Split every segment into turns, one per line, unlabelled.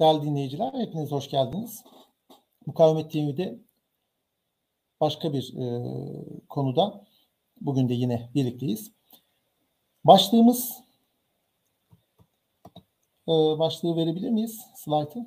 Değerli dinleyiciler, hepiniz hoş geldiniz. Mukavemet TV'de başka bir konuda bugün de yine birlikteyiz. Başlığı verebilir miyiz? Slaytı.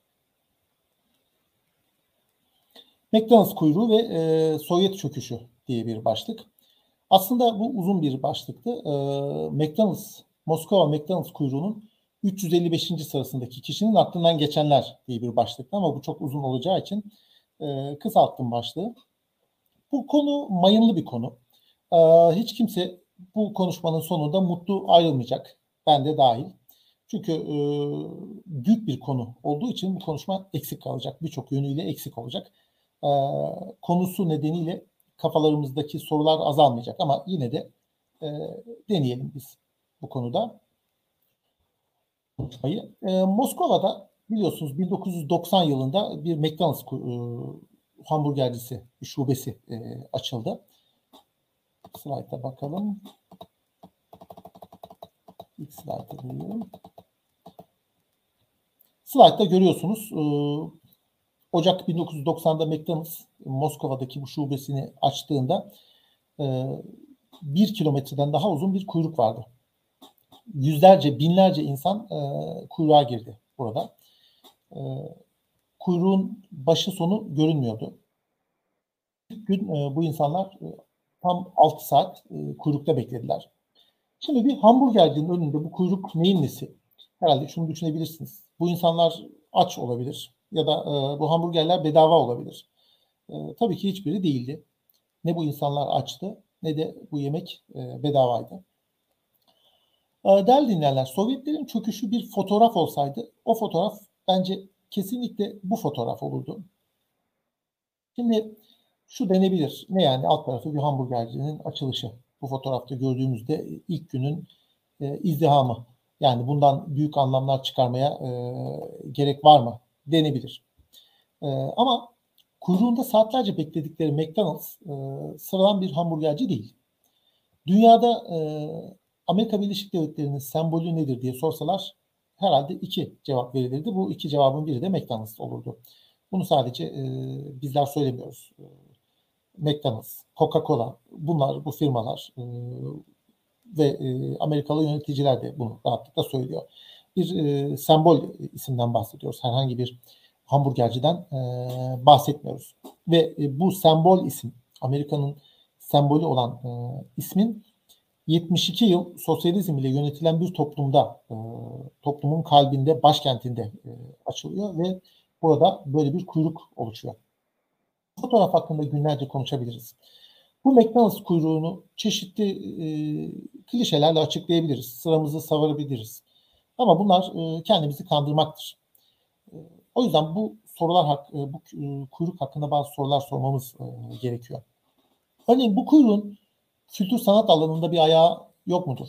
McDonald's kuyruğu ve Sovyet çöküşü diye bir başlık. Aslında bu uzun bir başlıktı. Moskova McDonald's kuyruğunun 355. sırasındaki kişinin aklından geçenler diye bir başlıktı ama bu çok uzun olacağı için kısalttım başlığı. Bu konu mayınlı bir konu. Hiç kimse bu konuşmanın sonunda mutlu ayrılmayacak. Ben de dahil. Çünkü büyük bir konu olduğu için bu konuşma eksik kalacak. Birçok yönüyle eksik olacak. Konusu nedeniyle kafalarımızdaki sorular azalmayacak ama yine de deneyelim biz bu konuda konuşmayı. Moskova'da biliyorsunuz 1990 yılında bir McDonald's hamburgercisi şubesi açıldı. Slayta bakalım. İlk slayta geliyorum. Slaytta görüyorsunuz. Ocak 1990'da McDonald's Moskova'daki bu şubesini açtığında 1 kilometreden daha uzun bir kuyruk vardı. Yüzlerce, binlerce insan kuyruğa girdi burada. Kuyruğun başı sonu görünmüyordu. İlk gün bu insanlar tam 6 saat kuyrukta beklediler. Şimdi bir hamburgercinin önünde bu kuyruk neyin nesi? Herhalde şunu düşünebilirsiniz. Bu insanlar aç olabilir ya da bu hamburgerler bedava olabilir. Tabii ki hiçbiri değildi. Ne bu insanlar açtı ne de bu yemek bedavaydı. Değerli dinleyenler, Sovyetlerin çöküşü bir fotoğraf olsaydı o fotoğraf bence kesinlikle bu fotoğraf olurdu. Şimdi şu denebilir. Ne yani alt tarafı bir hamburgercinin açılışı. Bu fotoğrafta gördüğümüzde ilk günün izdihamı. Yani bundan büyük anlamlar çıkarmaya gerek var mı? Denebilir. Ama kuyruğunda saatlerce bekledikleri McDonald's sıradan bir hamburgerci değil. Dünyada Amerika Birleşik Devletleri'nin sembolü nedir diye sorsalar herhalde 2 cevap verilirdi. Bu 2 cevabın biri de McDonald's olurdu. Bunu sadece bizler söylemiyoruz. McDonald's, Coca-Cola, bu firmalar ve Amerikalı yöneticiler de bunu rahatlıkla söylüyor. Bir sembol isimden bahsediyoruz. Herhangi bir hamburgerciden bahsetmiyoruz. Ve bu sembol isim, Amerika'nın sembolü olan ismin 72 yıl sosyalizm ile yönetilen bir toplumda, toplumun kalbinde, başkentinde açılıyor ve burada böyle bir kuyruk oluşuyor. Fotoğraf hakkında günlerce konuşabiliriz. Bu McDonald's kuyruğunu çeşitli klişelerle açıklayabiliriz. Sıramızı savurabiliriz. Ama bunlar kendimizi kandırmaktır. O yüzden bu kuyruk hakkında bazı sorular sormamız gerekiyor. Örneğin bu kuyruğun kültür sanat alanında bir ayağı yok mudur?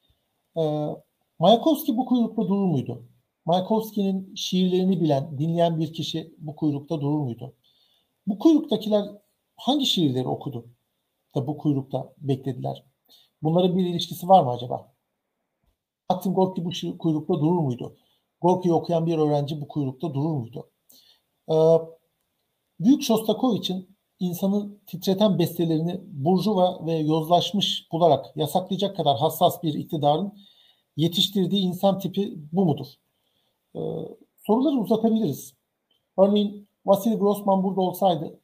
Mayakovski bu kuyrukta durur muydu? Mayakovski'nin şiirlerini bilen, dinleyen bir kişi bu kuyrukta durur muydu? Bu kuyruktakiler hangi şiirleri okudu da bu kuyrukta beklediler? Bunların bir ilişkisi var mı acaba? Maxim Gorki bu kuyrukta durur muydu? Gorki'yi okuyan bir öğrenci bu kuyrukta durur muydu? Büyük Shostakovich'in insanı titreten bestelerini burjuva ve yozlaşmış bularak yasaklayacak kadar hassas bir iktidarın yetiştirdiği insan tipi bu mudur? Soruları uzatabiliriz. Örneğin Vasily Grossman burada olsaydı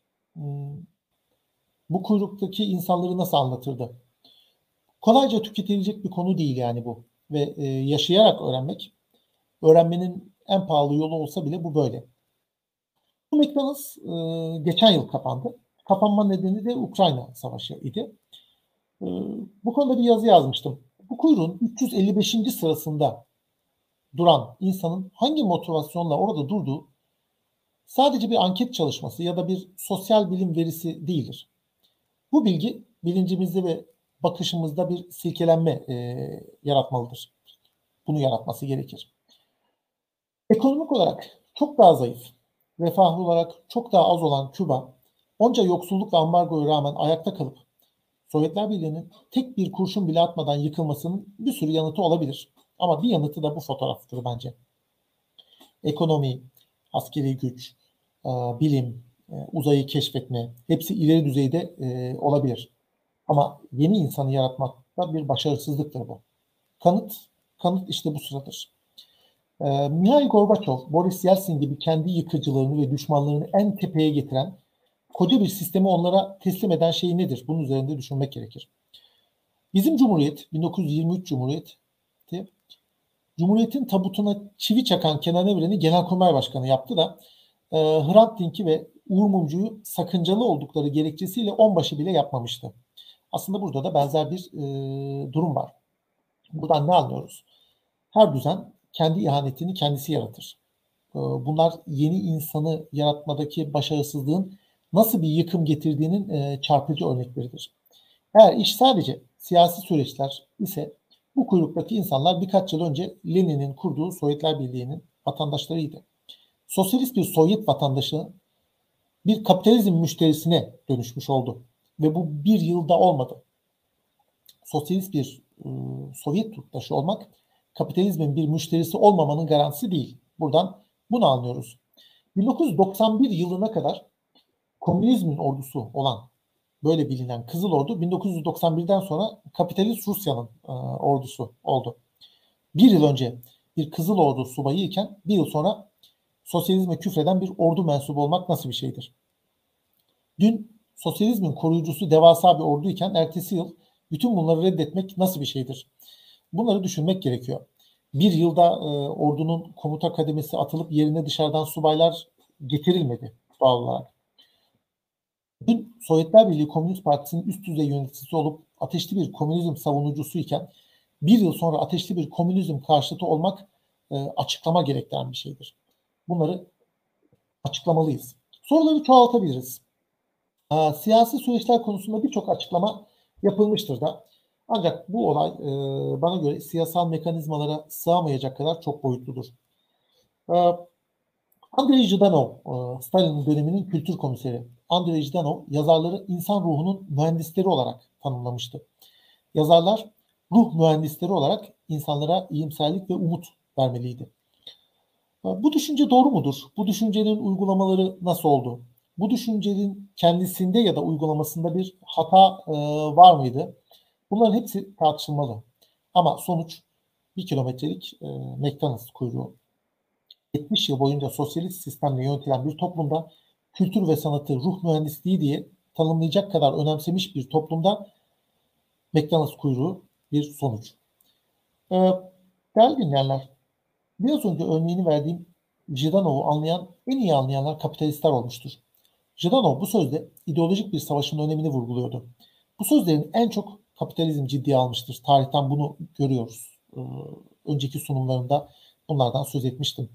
bu kuyruktaki insanları nasıl anlatırdı? Kolayca tüketilecek bir konu değil yani bu. Ve yaşayarak öğrenmenin en pahalı yolu olsa bile bu böyle. Bu McDonald's geçen yıl kapandı. Kapanma nedeni de Ukrayna Savaşı idi. Bu konuda bir yazı yazmıştım. Bu kuyruğun 355. sırasında duran insanın hangi motivasyonla orada durduğu sadece bir anket çalışması ya da bir sosyal bilim verisi değildir. Bu bilgi bilincimizde ve bakışımızda bir silkelenme yaratmalıdır. Bunu yaratması gerekir. Ekonomik olarak çok daha zayıf, refahlı olarak çok daha az olan Küba, onca yoksulluk ve ambargoya rağmen ayakta kalıp Sovyetler Birliği'nin tek bir kurşun bile atmadan yıkılmasının bir sürü yanıtı olabilir. Ama bir yanıtı da bu fotoğraftır bence. Ekonomi, askeri güç, bilim, uzayı keşfetme hepsi ileri düzeyde olabilir. Ama yeni insanı yaratmakta bir başarısızlıktır bu. Kanıt işte bu sıradır. Mihail Gorbaçov, Boris Yeltsin gibi kendi yıkıcılığını ve düşmanlarını en tepeye getiren koca bir sistemi onlara teslim eden şey nedir? Bunun üzerinde düşünmek gerekir. Bizim Cumhuriyet, 1923 Cumhuriyeti, Cumhuriyet'in tabutuna çivi çakan Kenan Evren'i Genelkurmay Başkanı yaptı da Hrant Dink'i ve Uğur Mumcu'yu sakıncalı oldukları gerekçesiyle onbaşı bile yapmamıştı. Aslında burada da benzer bir durum var. Buradan ne anlıyoruz? Her düzen kendi ihanetini kendisi yaratır. Bunlar yeni insanı yaratmadaki başarısızlığın nasıl bir yıkım getirdiğinin çarpıcı örnekleridir. Eğer iş sadece siyasi süreçler ise bu kuyruktaki insanlar birkaç yıl önce Lenin'in kurduğu Sovyetler Birliği'nin vatandaşlarıydı. Sosyalist bir Sovyet vatandaşı bir kapitalizm müşterisine dönüşmüş oldu. Ve bu bir yılda olmadı. Sosyalist bir Sovyet yurttaşı olmak kapitalizmin bir müşterisi olmamanın garantisi değil. Buradan bunu anlıyoruz. 1991 yılına kadar komünizmin ordusu olan böyle bilinen Kızıl Ordu 1991'den sonra kapitalist Rusya'nın ordusu oldu. Bir yıl önce bir Kızıl Ordu subayı iken bir yıl sonra sosyalizme küfreden bir ordu mensubu olmak nasıl bir şeydir? Dün sosyalizmin koruyucusu devasa bir ordu iken ertesi yıl bütün bunları reddetmek nasıl bir şeydir? Bunları düşünmek gerekiyor. Bir yılda ordunun komuta kademesi atılıp yerine dışarıdan subaylar getirilmedi doğal olarak. Dün Sovyetler Birliği Komünist Partisi'nin üst düzey yöneticisi olup ateşli bir komünizm savunucusu iken bir yıl sonra ateşli bir komünizm karşıtı olmak açıklama gerektiren bir şeydir. Bunları açıklamalıyız. Soruları çoğaltabiliriz. Siyasi süreçler konusunda birçok açıklama yapılmıştır da. Ancak bu olay bana göre siyasal mekanizmalara sığamayacak kadar çok boyutludur. Andrei Zhdanov, Stalin döneminin kültür komiseri. Andrei Zhdanov yazarları insan ruhunun mühendisleri olarak tanımlamıştı. Yazarlar ruh mühendisleri olarak insanlara iyimserlik ve umut vermeliydi. Bu düşünce doğru mudur? Bu düşüncenin uygulamaları nasıl oldu? Bu düşüncenin kendisinde ya da uygulamasında bir hata var mıydı? Bunların hepsi tartışılmalı. Ama sonuç 1 kilometrelik McDonald's kuyruğu. 70 yıl boyunca sosyalist sistemle yönetilen bir toplumda kültür ve sanatı ruh mühendisliği diye tanımlayacak kadar önemsemiş bir toplumda McDonald's kuyruğu bir sonuç. Değerli dinleyenler, biraz önce örneğini verdiğim Zhdanov'u en iyi anlayanlar kapitalistler olmuştur. Zhdanov bu sözde ideolojik bir savaşın önemini vurguluyordu. Bu sözlerin en çok kapitalizm ciddiye almıştır. Tarihten bunu görüyoruz. Önceki sunumlarımda bunlardan söz etmiştim.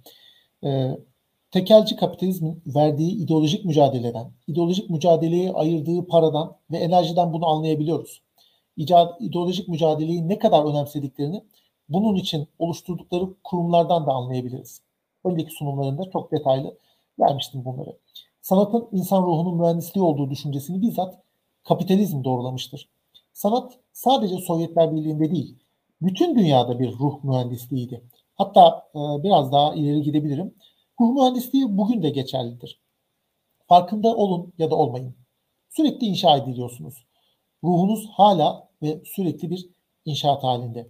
Tekelci kapitalizmin verdiği ideolojik mücadeleden, ideolojik mücadeleye ayırdığı paradan ve enerjiden bunu anlayabiliyoruz. İdeolojik mücadeleyi ne kadar önemsediklerini bunun için oluşturdukları kurumlardan da anlayabiliriz. Önceki sunumlarında çok detaylı vermiştim bunları. Sanatın insan ruhunun mühendisliği olduğu düşüncesini bizzat kapitalizm doğrulamıştır. Sanat sadece Sovyetler Birliği'nde değil, bütün dünyada bir ruh mühendisliğiydi. Hatta biraz daha ileri gidebilirim. Ruh mühendisliği bugün de geçerlidir. Farkında olun ya da olmayın. Sürekli inşa ediliyorsunuz. Ruhunuz hala ve sürekli bir inşaat halinde.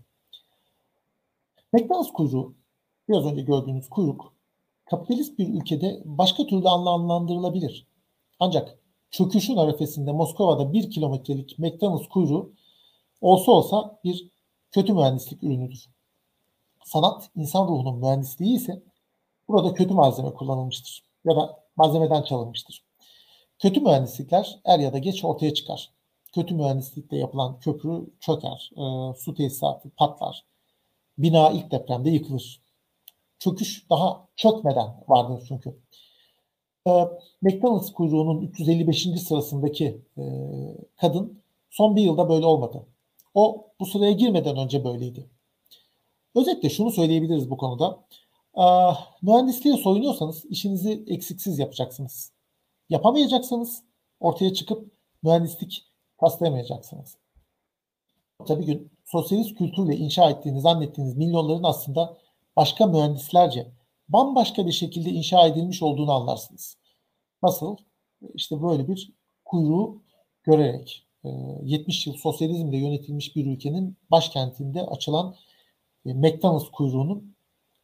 McDonald's kuyruğu, biraz önce gördüğünüz kuyruk, kapitalist bir ülkede başka türlü anlamlandırılabilir. Ancak çöküşün arifesinde Moskova'da 1 kilometrelik McDonald's kuyruğu olsa bir kötü mühendislik ürünüdür. Sanat, insan ruhunun mühendisliği ise burada kötü malzeme kullanılmıştır ya da malzemeden çalınmıştır. Kötü mühendislikler er ya da geç ortaya çıkar. Kötü mühendislikle yapılan köprü çöker, su tesisatı patlar, bina ilk depremde yıkılır. Çöküş daha çökmeden vardır çünkü. McDonald's kuyruğunun 355. sırasındaki kadın son bir yılda böyle olmadı. O bu sıraya girmeden önce böyleydi. Özetle şunu söyleyebiliriz bu konuda. Mühendisliğe soyunuyorsanız işinizi eksiksiz yapacaksınız. Yapamayacaksanız ortaya çıkıp mühendislik taslayamayacaksınız. Tabii gün sosyalist kültürle inşa ettiğiniz, zannettiğiniz milyonların aslında başka mühendislerce bambaşka bir şekilde inşa edilmiş olduğunu anlarsınız. Nasıl? İşte böyle bir kuyruğu görerek 70 yıl sosyalizmle yönetilmiş bir ülkenin başkentinde açılan McDonald's kuyruğunun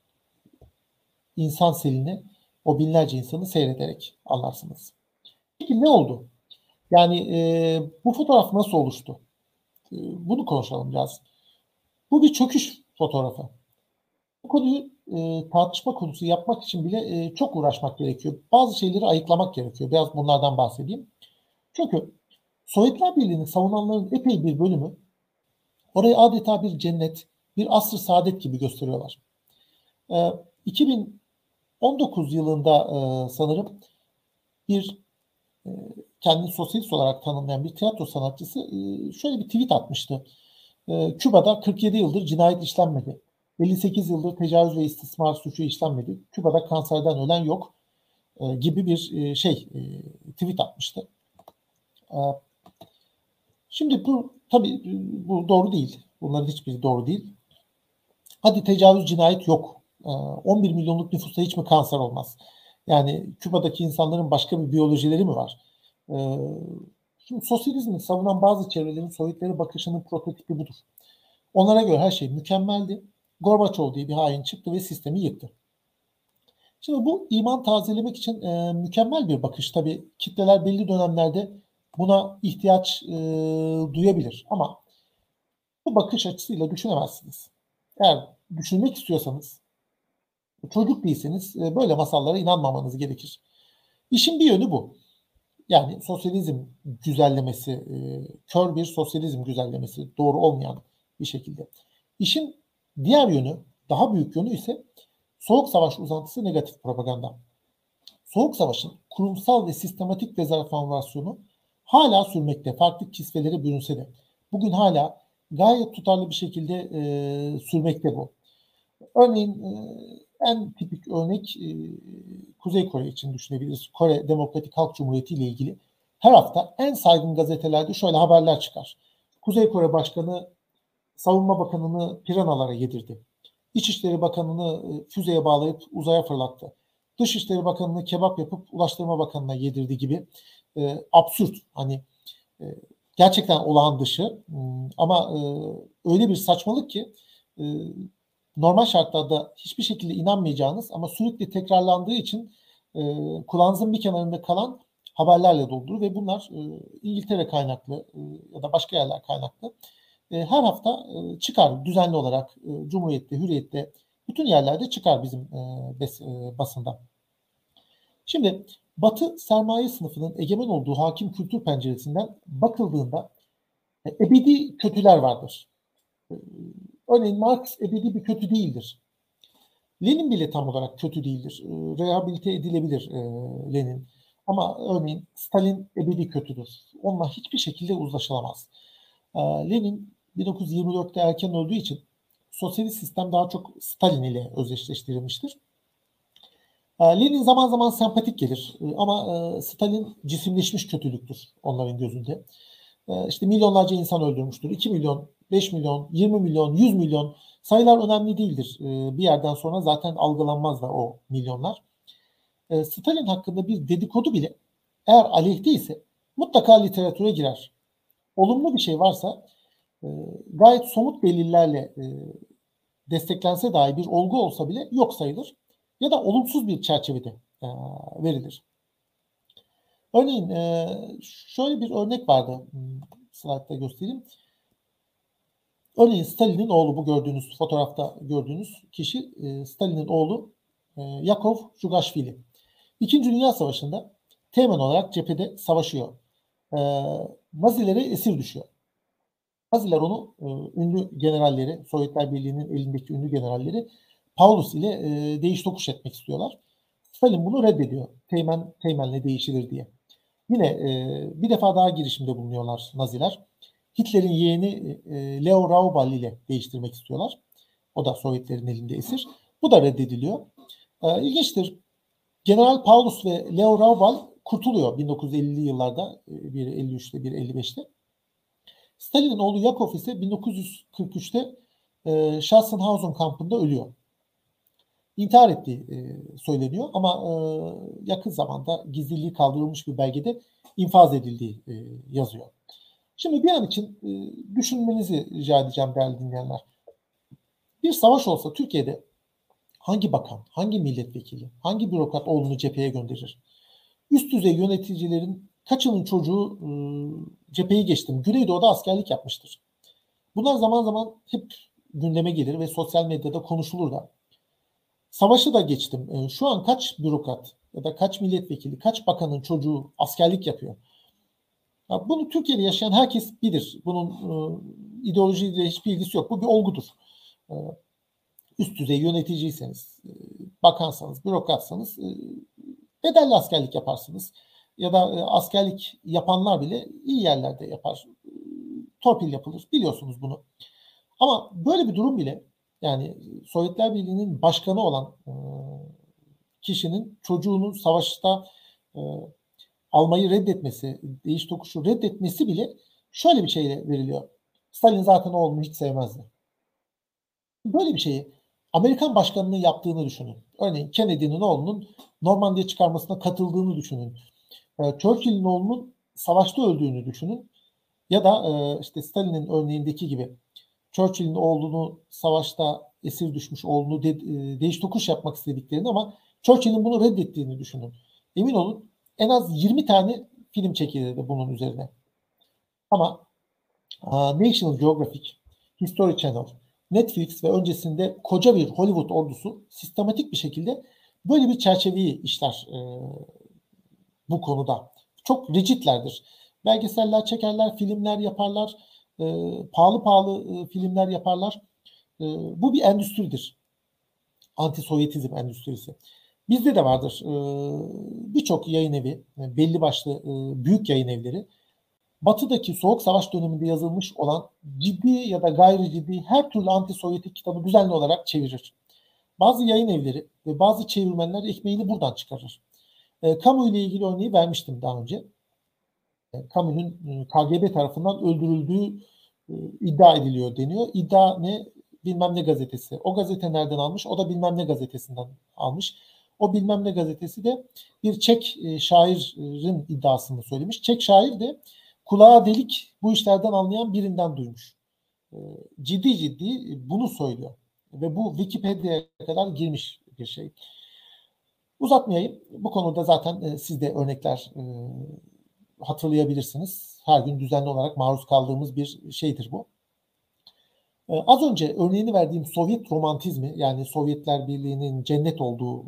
insan selini, o binlerce insanı seyrederek anlarsınız. Peki ne oldu? Yani bu fotoğraf nasıl oluştu? Bunu konuşalım biraz. Bu bir çöküş fotoğrafı. Bu konuyu tartışma konusu yapmak için bile çok uğraşmak gerekiyor. Bazı şeyleri ayıklamak gerekiyor. Biraz bunlardan bahsedeyim. Çünkü Sovyetler Birliği'ni savunanların epey bir bölümü orayı adeta bir cennet, bir asr-ı saadet gibi gösteriyorlar. 2019 yılında sanırım bir kendini sosyalist olarak tanımlayan bir tiyatro sanatçısı şöyle bir tweet atmıştı. Küba'da 47 yıldır cinayet işlenmedi. 58 yıldır tecavüz ve istismar suçu işlenmedi. Küba'da kanserden ölen yok gibi bir tweet atmıştı. Şimdi bu tabii bu doğru değil. Bunların hiçbiri doğru değil. Hadi tecavüz, cinayet yok. 11 milyonluk nüfusta hiç mi kanser olmaz? Yani Küba'daki insanların başka bir biyolojileri mi var? Şimdi sosyalizmi savunan bazı çevrelerin Sovyetlere bakışının prototipi budur. Onlara göre her şey mükemmeldi. Gorbaçov diye bir hain çıktı ve sistemi yıktı. Şimdi bu iman tazelemek için mükemmel bir bakış. Tabii kitleler belli dönemlerde buna ihtiyaç duyabilir. Ama bu bakış açısıyla düşünemezsiniz. Eğer düşünmek istiyorsanız, çocuk değilseniz böyle masallara inanmamanız gerekir. İşin bir yönü bu. Yani sosyalizm güzellemesi, kör bir sosyalizm güzellemesi, doğru olmayan bir şekilde. İşin diğer yönü, daha büyük yönü ise Soğuk Savaş uzantısı negatif propaganda. Soğuk Savaş'ın kurumsal ve sistematik dezenformasyonu hala sürmekte, farklı kisvelere bürünse de. Bugün hala gayet tutarlı bir şekilde sürmekte bu. Örneğin en tipik örnek Kuzey Kore için düşünebiliriz. Kore Demokratik Halk Cumhuriyeti ile ilgili her hafta en saygın gazetelerde şöyle haberler çıkar. Kuzey Kore Başkanı Savunma Bakanı'nı piranalara yedirdi. İçişleri Bakanı'nı füzeye bağlayıp uzaya fırlattı. Dışişleri Bakanı'nı kebap yapıp Ulaştırma Bakanı'na yedirdi gibi absürt, hani e, gerçekten olağan dışı ama öyle bir saçmalık ki e, normal şartlarda hiçbir şekilde inanmayacağınız ama sürekli tekrarlandığı için kulağınızın bir kenarında kalan haberlerle doldur ve bunlar İngiltere kaynaklı ya da başka yerler kaynaklı her hafta çıkar düzenli olarak Cumhuriyet'te, Hürriyet'te bütün yerlerde çıkar bizim basında. Şimdi Batı sermaye sınıfının egemen olduğu hakim kültür penceresinden bakıldığında ebedi kötüler vardır. Örneğin Marx ebedi bir kötü değildir. Lenin bile tam olarak kötü değildir. Rehabilite edilebilir Lenin. Ama örneğin Stalin ebedi kötüdür. Onunla hiçbir şekilde uzlaşılamaz. Lenin 1924'te erken öldüğü için sosyalist sistem daha çok Stalin ile özdeşleştirilmiştir. Lenin zaman zaman sempatik gelir ama Stalin cisimleşmiş kötülüktür onların gözünde. İşte milyonlarca insan öldürmüştür. 2 milyon, 5 milyon, 20 milyon, 100 milyon sayılar önemli değildir. Bir yerden sonra zaten algılanmaz da o milyonlar. Stalin hakkında bir dedikodu bile eğer aleyhte ise mutlaka literatüre girer. Olumlu bir şey varsa gayet somut delillerle desteklense dahi bir olgu olsa bile yok sayılır ya da olumsuz bir çerçevede verilir. Örneğin şöyle bir örnek vardı. Slaytta göstereyim. Örneğin Stalin'in oğlu, bu gördüğünüz fotoğrafta gördüğünüz kişi Stalin'in oğlu Yakov Jugashvili. İkinci Dünya Savaşı'nda teğmen olarak cephede savaşıyor. Nazilere esir düşüyor. Naziler onu ünlü generalleri, Sovyetler Birliği'nin elindeki ünlü generalleri Paulus ile değiş tokuş etmek istiyorlar. Stalin bunu reddediyor. Teğmenle değişilir diye. Yine bir defa daha girişimde bulunuyorlar Naziler. Hitler'in yeğeni Leo Raubal ile değiştirmek istiyorlar. O da Sovyetlerin elinde esir. Bu da reddediliyor. İlginçtir. General Paulus ve Leo Raubal kurtuluyor 1950'li yıllarda. Biri 53'te, biri 55'te. Stalin'in oğlu Yakov ise 1943'te Sachsenhausen kampında ölüyor. intihar ettiği söyleniyor ama yakın zamanda gizliliği kaldırılmış bir belgede infaz edildiği yazıyor. Şimdi bir an için düşünmenizi rica edeceğim değerli dinleyenler. Bir savaş olsa Türkiye'de hangi bakan, hangi milletvekili, hangi bürokrat oğlunu cepheye gönderir? Üst düzey yöneticilerin kaçının çocuğu cepheyi geçtim, Güneydoğu'da askerlik yapmıştır. Bunlar zaman zaman hep gündeme gelir ve sosyal medyada konuşulur da. Savaşı da geçtim. Şu an kaç bürokrat ya da kaç milletvekili, kaç bakanın çocuğu askerlik yapıyor? Ya bunu Türkiye'de yaşayan herkes bilir. Bunun ideolojiyle hiçbir ilgisi yok. Bu bir olgudur. E, Üst düzey yöneticiyseniz, bakansanız, bürokratsanız bedelli askerlik yaparsınız. Ya da askerlik yapanlar bile iyi yerlerde yapar. Torpil yapılır. Biliyorsunuz bunu. Ama böyle bir durum bile, yani Sovyetler Birliği'nin başkanı olan kişinin çocuğunun savaşta almayı reddetmesi, değiş tokuşu reddetmesi bile şöyle bir şeyle veriliyor. Stalin zaten oğlunu hiç sevmezdi. Böyle bir şeyi Amerikan başkanının yaptığını düşünün. Örneğin Kennedy'nin oğlunun Normandiya çıkarmasına katıldığını düşünün. Churchill'in oğlunun savaşta öldüğünü düşünün. Ya da işte Stalin'in örneğindeki gibi Churchill'in oğlunu savaşta esir düşmüş oğlunu değiş tokuş yapmak istediklerini ama Churchill'in bunu reddettiğini düşünün. Emin olun en az 20 tane film çekilirdi bunun üzerine. Ama National Geographic, History Channel, Netflix ve öncesinde koca bir Hollywood ordusu sistematik bir şekilde böyle bir çerçeveyi işler bu konuda. Çok rigidlerdir. Belgeseller çekerler, filmler yaparlar, pahalı pahalı filmler yaparlar. Bu bir endüstridir. Anti-Sovyetizm endüstrisi. Bizde de vardır. Birçok yayın evi, belli başlı büyük yayın evleri, Batı'daki Soğuk Savaş döneminde yazılmış olan ciddi ya da gayri ciddi her türlü anti-Sovyetik kitabı düzenli olarak çevirir. Bazı yayın evleri ve bazı çevirmenler ekmeğini buradan çıkarır. Kamu ile ilgili örneği vermiştim daha önce. Camus'un KGB tarafından öldürüldüğü iddia ediliyor deniyor. İddia ne? Bilmem ne gazetesi. O gazete nereden almış? O da bilmem ne gazetesinden almış. O bilmem ne gazetesi de bir Çek şairin iddiasını söylemiş. Çek şair de kulağa delik bu işlerden anlayan birinden duymuş. Ciddi ciddi bunu söylüyor. Ve bu Wikipedia'ya kadar girmiş bir şey. Uzatmayayım. Bu konuda zaten siz de örnekler hatırlayabilirsiniz. Her gün düzenli olarak maruz kaldığımız bir şeydir bu. Az önce örneğini verdiğim Sovyet romantizmi, yani Sovyetler Birliği'nin cennet olduğu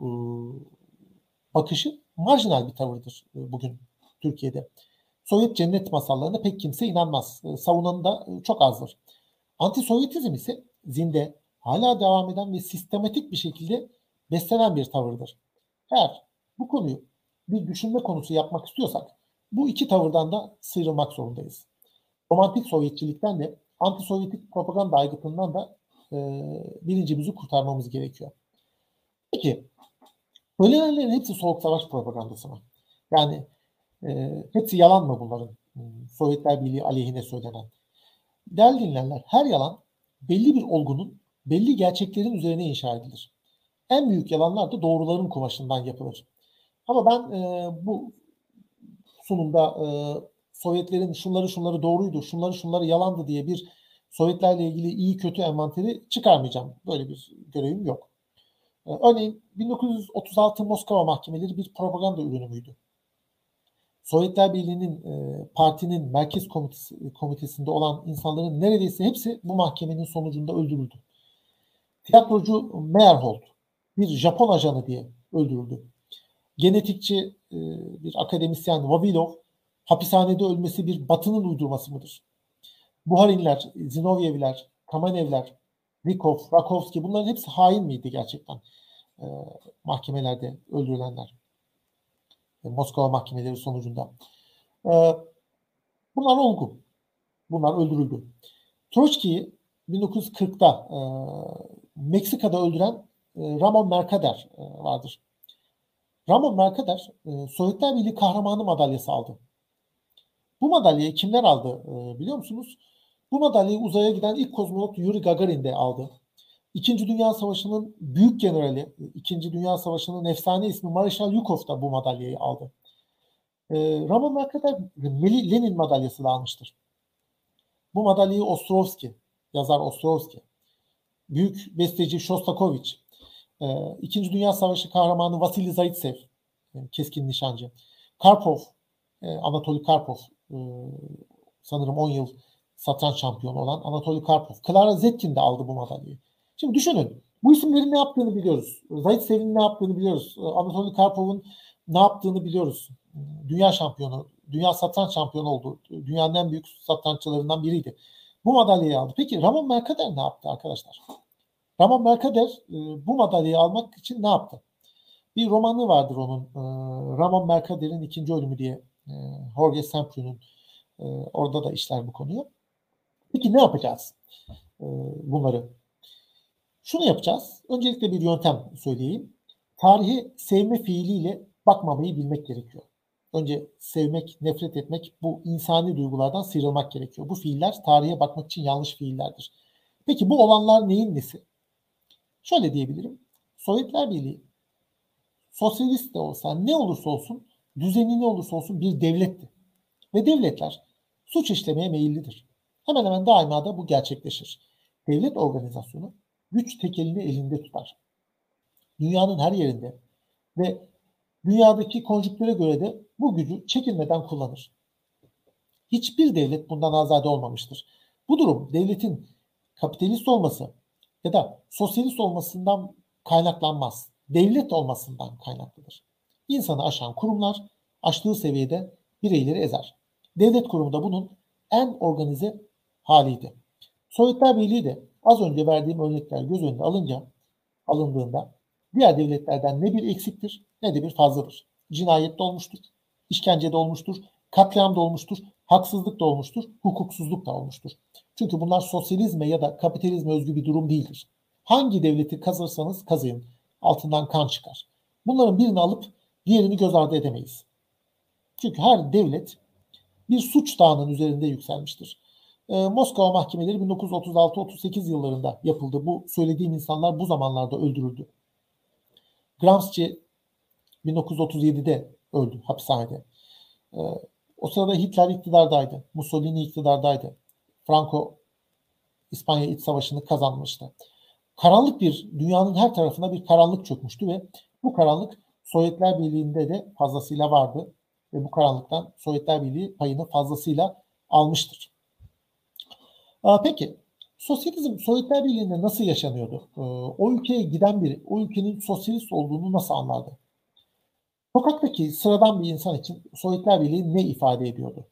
bakışı marjinal bir tavırdır bugün Türkiye'de. Sovyet cennet masallarına pek kimse inanmaz. Savunanı da çok azdır. Anti-Sovyetizm ise zinde, hala devam eden ve sistematik bir şekilde beslenen bir tavırdır. Eğer bu konuyu bir düşünme konusu yapmak istiyorsak bu iki tavırdan da sıyrılmak zorundayız. Romantik Sovyetçilikten de anti-Sovyetik propaganda aygıtından da bilincimizi kurtarmamız gerekiyor. Peki, söylenenlerin hepsi Soğuk Savaş propagandası mı? Yani hepsi yalan mı bunların? Sovyetler Birliği aleyhine söylenen. Değerli dinleyenler, her yalan belli bir olgunun, belli gerçeklerin üzerine inşa edilir. En büyük yalanlar da doğruların kumaşından yapılır. Ama ben bu sunumda Sovyetlerin şunları doğruydu, şunları yalandı diye bir Sovyetlerle ilgili iyi kötü envanteri çıkarmayacağım. Böyle bir görevim yok. Örneğin 1936 Moskova mahkemeleri bir propaganda ürünü müydü? Sovyetler Birliği'nin partinin merkez komitesinde olan insanların neredeyse hepsi bu mahkemenin sonucunda öldürüldü. Tiyatrocu Meyerhold bir Japon ajanı diye öldürüldü. Genetikçi bir akademisyen Vavilov hapishanede ölmesi bir Batı'nın uydurması mıdır? Buharinler, Zinovyevler, Kamanevler, Rykov, Rakovski bunların hepsi hain miydi gerçekten mahkemelerde öldürülenler? Moskova mahkemeleri sonucunda. Bunlar olgu. Bunlar öldürüldü. Troçki'yi 1940'da Meksika'da öldüren Ramon Mercader vardır. Ramon Mercader Sovyetler Birliği Kahramanı madalyası aldı. Bu madalyayı kimler aldı biliyor musunuz? Bu madalyayı uzaya giden ilk kozmonot Yuri Gagarin de aldı. İkinci Dünya Savaşı'nın büyük generali, İkinci Dünya Savaşı'nın efsane ismi Marshal Yukov da bu madalyayı aldı. Ramon Mercader Lenin madalyası da almıştır. Bu madalyayı Ostrovsky, yazar Ostrovsky, büyük besteci Shostakovich, İkinci Dünya Savaşı kahramanı Vasily Zaitsev, keskin nişancı, Karpov, Anatoly Karpov, sanırım 10 yıl satranç şampiyonu olan Anatoly Karpov, Clara Zetkin de aldı bu madalyayı. Şimdi düşünün, bu isimlerin ne yaptığını biliyoruz. Zaitsev'in ne yaptığını biliyoruz. Anatoly Karpov'un ne yaptığını biliyoruz. Dünya şampiyonu, dünya satranç şampiyonu oldu. Dünyanın en büyük satranççılarından biriydi. Bu madalyayı aldı. Peki Ramon Mercader ne yaptı arkadaşlar? Ramon Mercader bu madalyayı almak için ne yaptı? Bir romanı vardır onun. Ramon Mercader'in ikinci ölümü diye. Jorge Sempron'un. Orada da işler bu konuyu. Peki ne yapacağız bunları? Şunu yapacağız. Öncelikle bir yöntem söyleyeyim. Tarihe sevme fiiliyle bakmamayı bilmek gerekiyor. Önce sevmek, nefret etmek, bu insani duygulardan sıyrılmak gerekiyor. Bu fiiller tarihe bakmak için yanlış fiillerdir. Peki bu olanlar neyin nesi? Şöyle diyebilirim. Sovyetler Birliği sosyalist de olsa, ne olursa olsun, düzeni ne olursa olsun bir devletti. Ve devletler suç işlemeye meyillidir. Hemen hemen daima da bu gerçekleşir. Devlet organizasyonu güç tekelini elinde tutar. Dünyanın her yerinde ve dünyadaki konjüktüre göre de bu gücü çekinmeden kullanır. Hiçbir devlet bundan azade olmamıştır. Bu durum devletin kapitalist olması ya da sosyalist olmasından kaynaklanmaz. Devlet olmasından kaynaklıdır. İnsanı aşan kurumlar aştığı seviyede bireyleri ezer. Devlet kurumu da bunun en organize haliydi. Sovyetler Birliği de az önce verdiğim örnekler göz önüne alındığında diğer devletlerden ne bir eksiktir ne de bir fazladır. Cinayet de olmuştur, işkence de olmuştur, katliam da olmuştur, haksızlık da olmuştur, hukuksuzluk da olmuştur. Çünkü bunlar sosyalizme ya da kapitalizme özgü bir durum değildir. Hangi devleti kazırsanız kazıyın, altından kan çıkar. Bunların birini alıp diğerini göz ardı edemeyiz. Çünkü her devlet bir suç dağının üzerinde yükselmiştir. Moskova mahkemeleri 1936-38 yıllarında yapıldı. Bu söylediğim insanlar bu zamanlarda öldürüldü. Gramsci 1937'de öldü hapishanede. O sırada Hitler iktidardaydı. Mussolini iktidardaydı. Franco İspanya İç Savaşı'nı kazanmıştı. Karanlık dünyanın her tarafına bir karanlık çökmüştü ve bu karanlık Sovyetler Birliği'nde de fazlasıyla vardı. Ve bu karanlıktan Sovyetler Birliği payını fazlasıyla almıştır. Peki, sosyalizm Sovyetler Birliği'nde nasıl yaşanıyordu? O ülkeye giden biri, o ülkenin sosyalist olduğunu nasıl anlardı? Sokaktaki sıradan bir insan için Sovyetler Birliği ne ifade ediyordu?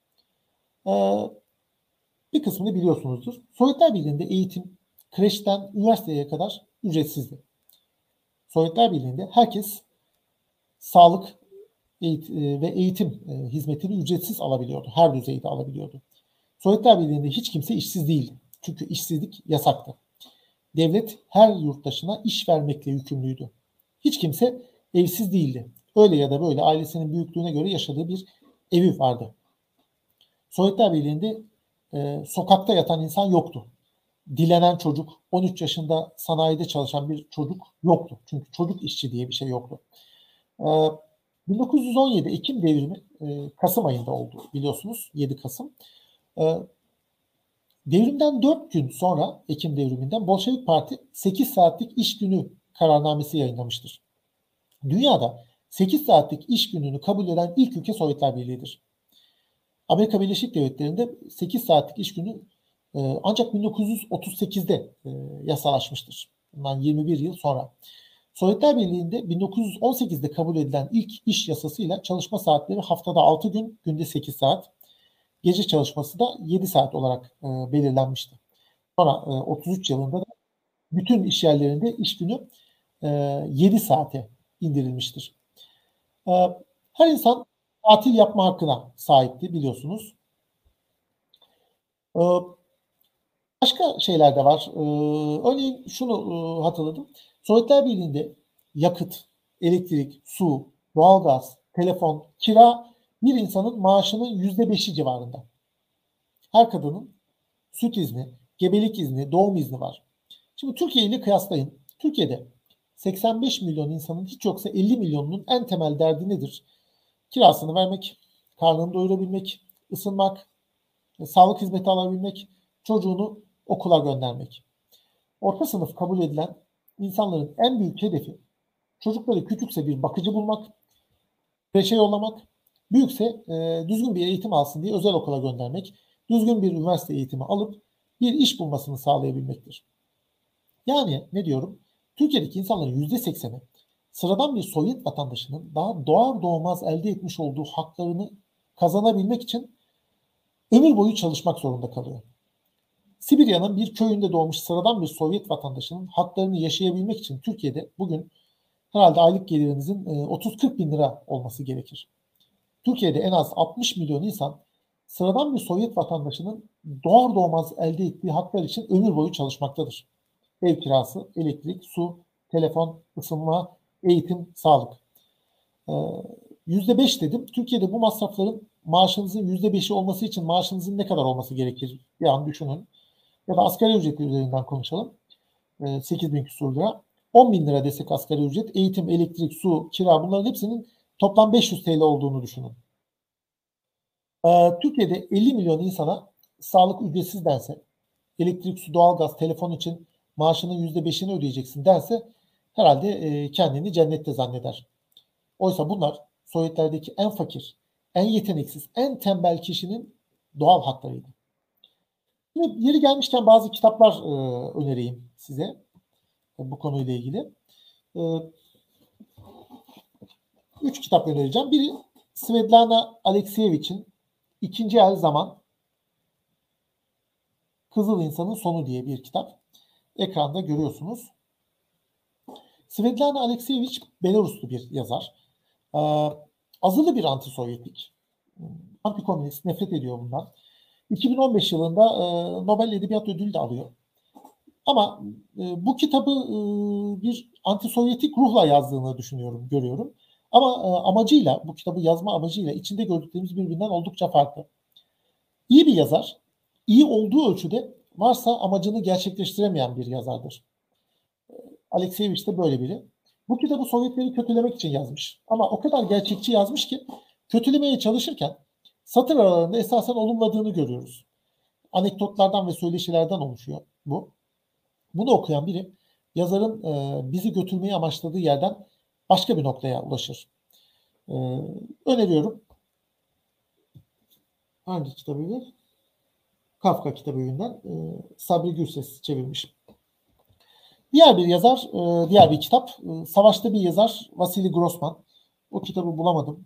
Bir kısmını biliyorsunuzdur. Sovyetler Birliği'nde eğitim kreşten üniversiteye kadar ücretsizdi. Sovyetler Birliği'nde herkes sağlık ve eğitim hizmetini ücretsiz alabiliyordu. Her düzeyde alabiliyordu. Sovyetler Birliği'nde hiç kimse işsiz değildi. Çünkü işsizlik yasaktı. Devlet her yurttaşına iş vermekle yükümlüydü. Hiç kimse evsiz değildi. Öyle ya da böyle ailesinin büyüklüğüne göre yaşadığı bir evi vardı. Sovyetler Birliği'nde sokakta yatan insan yoktu. Dilenen çocuk, 13 yaşında sanayide çalışan bir çocuk yoktu. Çünkü çocuk işçi diye bir şey yoktu. 1917 Ekim devrimi Kasım ayında oldu biliyorsunuz. 7 Kasım. Devrimden 4 gün sonra Ekim devriminden Bolşevik Parti 8 saatlik iş günü kararnamesi yayınlamıştır. Dünyada 8 saatlik iş gününü kabul eden ilk ülke Sovyetler Birliği'dir. Amerika Birleşik Devletleri'nde 8 saatlik iş günü ancak 1938'de yasalaşmıştır. Bundan 21 yıl sonra. Sovyetler Birliği'nde 1918'de kabul edilen ilk iş yasasıyla çalışma saatleri haftada 6 gün, günde 8 saat. Gece çalışması da 7 saat olarak belirlenmişti. Sonra 33 yılında da bütün iş yerlerinde iş günü 7 saate indirilmiştir. Her insan tatil yapma hakkına sahipti biliyorsunuz. Başka şeyler de var. Örneğin şunu hatırladım. Sovyetler Birliği'nde yakıt, elektrik, su, doğalgaz, telefon, kira bir insanın maaşının %5'i civarında. Her kadının süt izni, gebelik izni, doğum izni var. Şimdi Türkiye ile kıyaslayın. Türkiye'de 85 milyon insanın hiç yoksa 50 milyonunun en temel derdi nedir? Kirasını vermek, karnını doyurabilmek, ısınmak, sağlık hizmeti alabilmek, çocuğunu okula göndermek. Orta sınıf kabul edilen insanların en büyük hedefi çocukları küçükse bir bakıcı bulmak, kreşe yollamak, büyükse düzgün bir eğitim alsın diye özel okula göndermek, düzgün bir üniversite eğitimi alıp bir iş bulmasını sağlayabilmektir. Yani ne diyorum? Türkiye'deki insanların %80'i sıradan bir Sovyet vatandaşının daha doğar doğmaz elde etmiş olduğu haklarını kazanabilmek için ömür boyu çalışmak zorunda kalıyor. Sibirya'nın bir köyünde doğmuş sıradan bir Sovyet vatandaşının haklarını yaşayabilmek için Türkiye'de bugün herhalde aylık gelirinizin 30-40 bin lira olması gerekir. Türkiye'de en az 60 milyon insan sıradan bir Sovyet vatandaşının doğar doğmaz elde ettiği haklar için ömür boyu çalışmaktadır. Ev kirası, elektrik, su, telefon, ısınma, eğitim, sağlık. %5 dedim. Türkiye'de bu masrafların maaşınızın %5'i olması için maaşınızın ne kadar olması gerekir? Bir an düşünün. Ya da asgari ücret üzerinden konuşalım. 8 bin küsur lira. 10 bin lira desek asgari ücret, eğitim, elektrik, su, kira bunların hepsinin toplam 500 TL olduğunu düşünün. Türkiye'de 50 milyon insana sağlık ücretsiz dense, elektrik, su, doğalgaz, telefon için maaşının %5'ini ödeyeceksin dense herhalde kendini cennette zanneder. Oysa bunlar Sovyetlerdeki en fakir, en yeteneksiz, en tembel kişinin doğal haklarıydı. Şimdi yeri gelmişken bazı kitaplar önereyim size bu konuyla ilgili. 3 kitap önereceğim. Biri Svetlana Alekseyevich'in İkinci El Zaman, Kızıl İnsanın Sonu diye bir kitap. Ekranda görüyorsunuz. Svetlana Alekseyevich Belaruslu bir yazar. Azılı bir anti-Sovyetik. Anti-komünist, nefret ediyor bundan. 2015 yılında Nobel Edebiyat Ödülü de alıyor. Ama bu kitabı bir anti-Sovyetik ruhla yazdığını düşünüyorum, görüyorum. Ama amacıyla, bu kitabı yazma amacıyla içinde gördüklerimiz birbirinden oldukça farklı. İyi bir yazar, iyi olduğu ölçüde varsa amacını gerçekleştiremeyen bir yazardır. Alekseyevich de böyle biri. Bu kitabı Sovyetleri kötülemek için yazmış. Ama o kadar gerçekçi yazmış ki kötülemeye çalışırken satır aralarında esasen olumladığını görüyoruz. Anekdotlardan ve söyleşilerden oluşuyor bu. Bunu okuyan biri yazarın bizi götürmeyi amaçladığı yerden başka bir noktaya ulaşır. Öneriyorum. Hangi kitabıydı? Kafka kitabından Sabri Gürses çevirmiş. Diğer bir yazar, diğer bir kitap, Savaşta bir yazar Vasily Grossman. O kitabı bulamadım.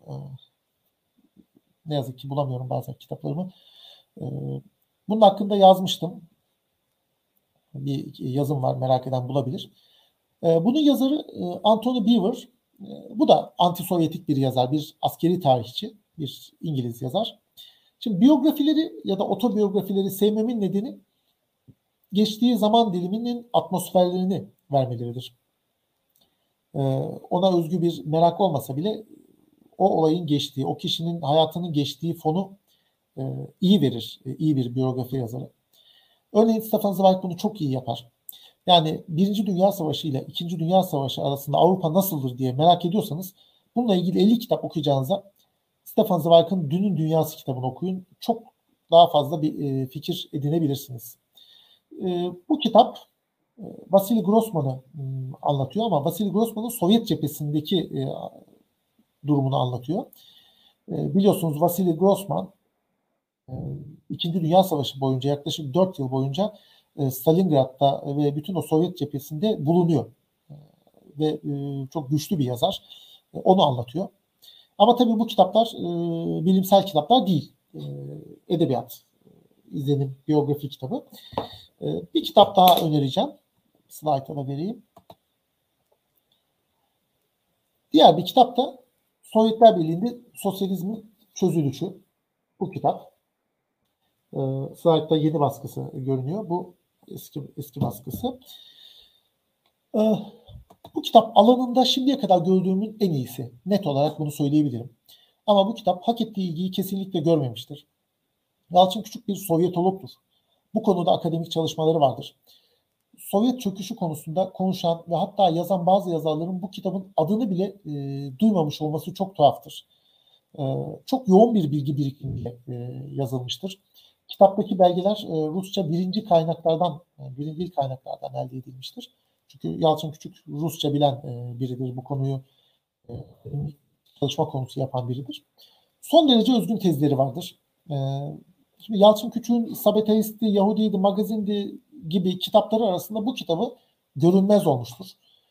Ne yazık ki bulamıyorum bazen kitaplarımı. Bunun hakkında yazmıştım. Bir yazım var, merak eden bulabilir. Bunun yazarı Anthony Beevor. Bu da anti-Sovyetik bir yazar, bir askeri tarihçi, bir İngiliz yazar. Şimdi biyografileri ya da otobiyografileri sevmemin nedeni geçtiği zaman diliminin atmosferlerini vermeleridir. Ona özgü bir merak olmasa bile o olayın geçtiği, o kişinin hayatının geçtiği fonu iyi verir, iyi bir biyografi yazarı. Örneğin Stefan Zweig bunu çok iyi yapar. Yani Birinci Dünya Savaşı ile İkinci Dünya Savaşı arasında Avrupa nasıldır diye merak ediyorsanız bununla ilgili 50 kitap okuyacağınıza Stefan Zweig'ın Dünün Dünyası kitabını okuyun. Çok daha fazla bir fikir edinebilirsiniz. Bu kitap Vasily Grossman'ı anlatıyor ama Vasily Grossman'ın Sovyet cephesindeki durumunu anlatıyor. Biliyorsunuz Vasily Grossman İkinci Dünya Savaşı boyunca yaklaşık 4 yıl boyunca Stalingrad'da ve bütün o Sovyet cephesinde bulunuyor. Ve çok güçlü bir yazar. Onu anlatıyor. Ama tabii bu kitaplar bilimsel kitaplar değil. Edebiyat, izlenim, biyografi kitabı. Bir kitap daha önereceğim. Slayt'a da vereyim. Diğer bir kitap da Sovyetler Birliği'nde Sosyalizmin Çözülüşü. Bu kitap. Slayt'ta yeni baskısı görünüyor. Bu eski baskısı. Bu kitap alanında şimdiye kadar gördüğümün en iyisi. Net olarak bunu söyleyebilirim. Ama bu kitap hak ettiği ilgiyi kesinlikle görmemiştir. Yalçın Küçük bir Sovyetologtur. Bu konuda akademik çalışmaları vardır. Sovyet çöküşü konusunda konuşan ve hatta yazan bazı yazarların bu kitabın adını bile duymamış olması çok tuhaftır. Çok yoğun bir bilgi birikimiyle yazılmıştır. Kitaptaki belgeler Rusça birinci kaynaklardan elde edilmiştir. Çünkü Yalçın Küçük Rusça bilen biridir, bu konuyu e, çalışma konusu yapan biridir. Son derece özgün tezleri vardır. Şimdi Yalçın Küçük'ün Sabetaisti, Yahudiydi, Magazindi gibi kitapları arasında bu kitabı görünmez olmuştur.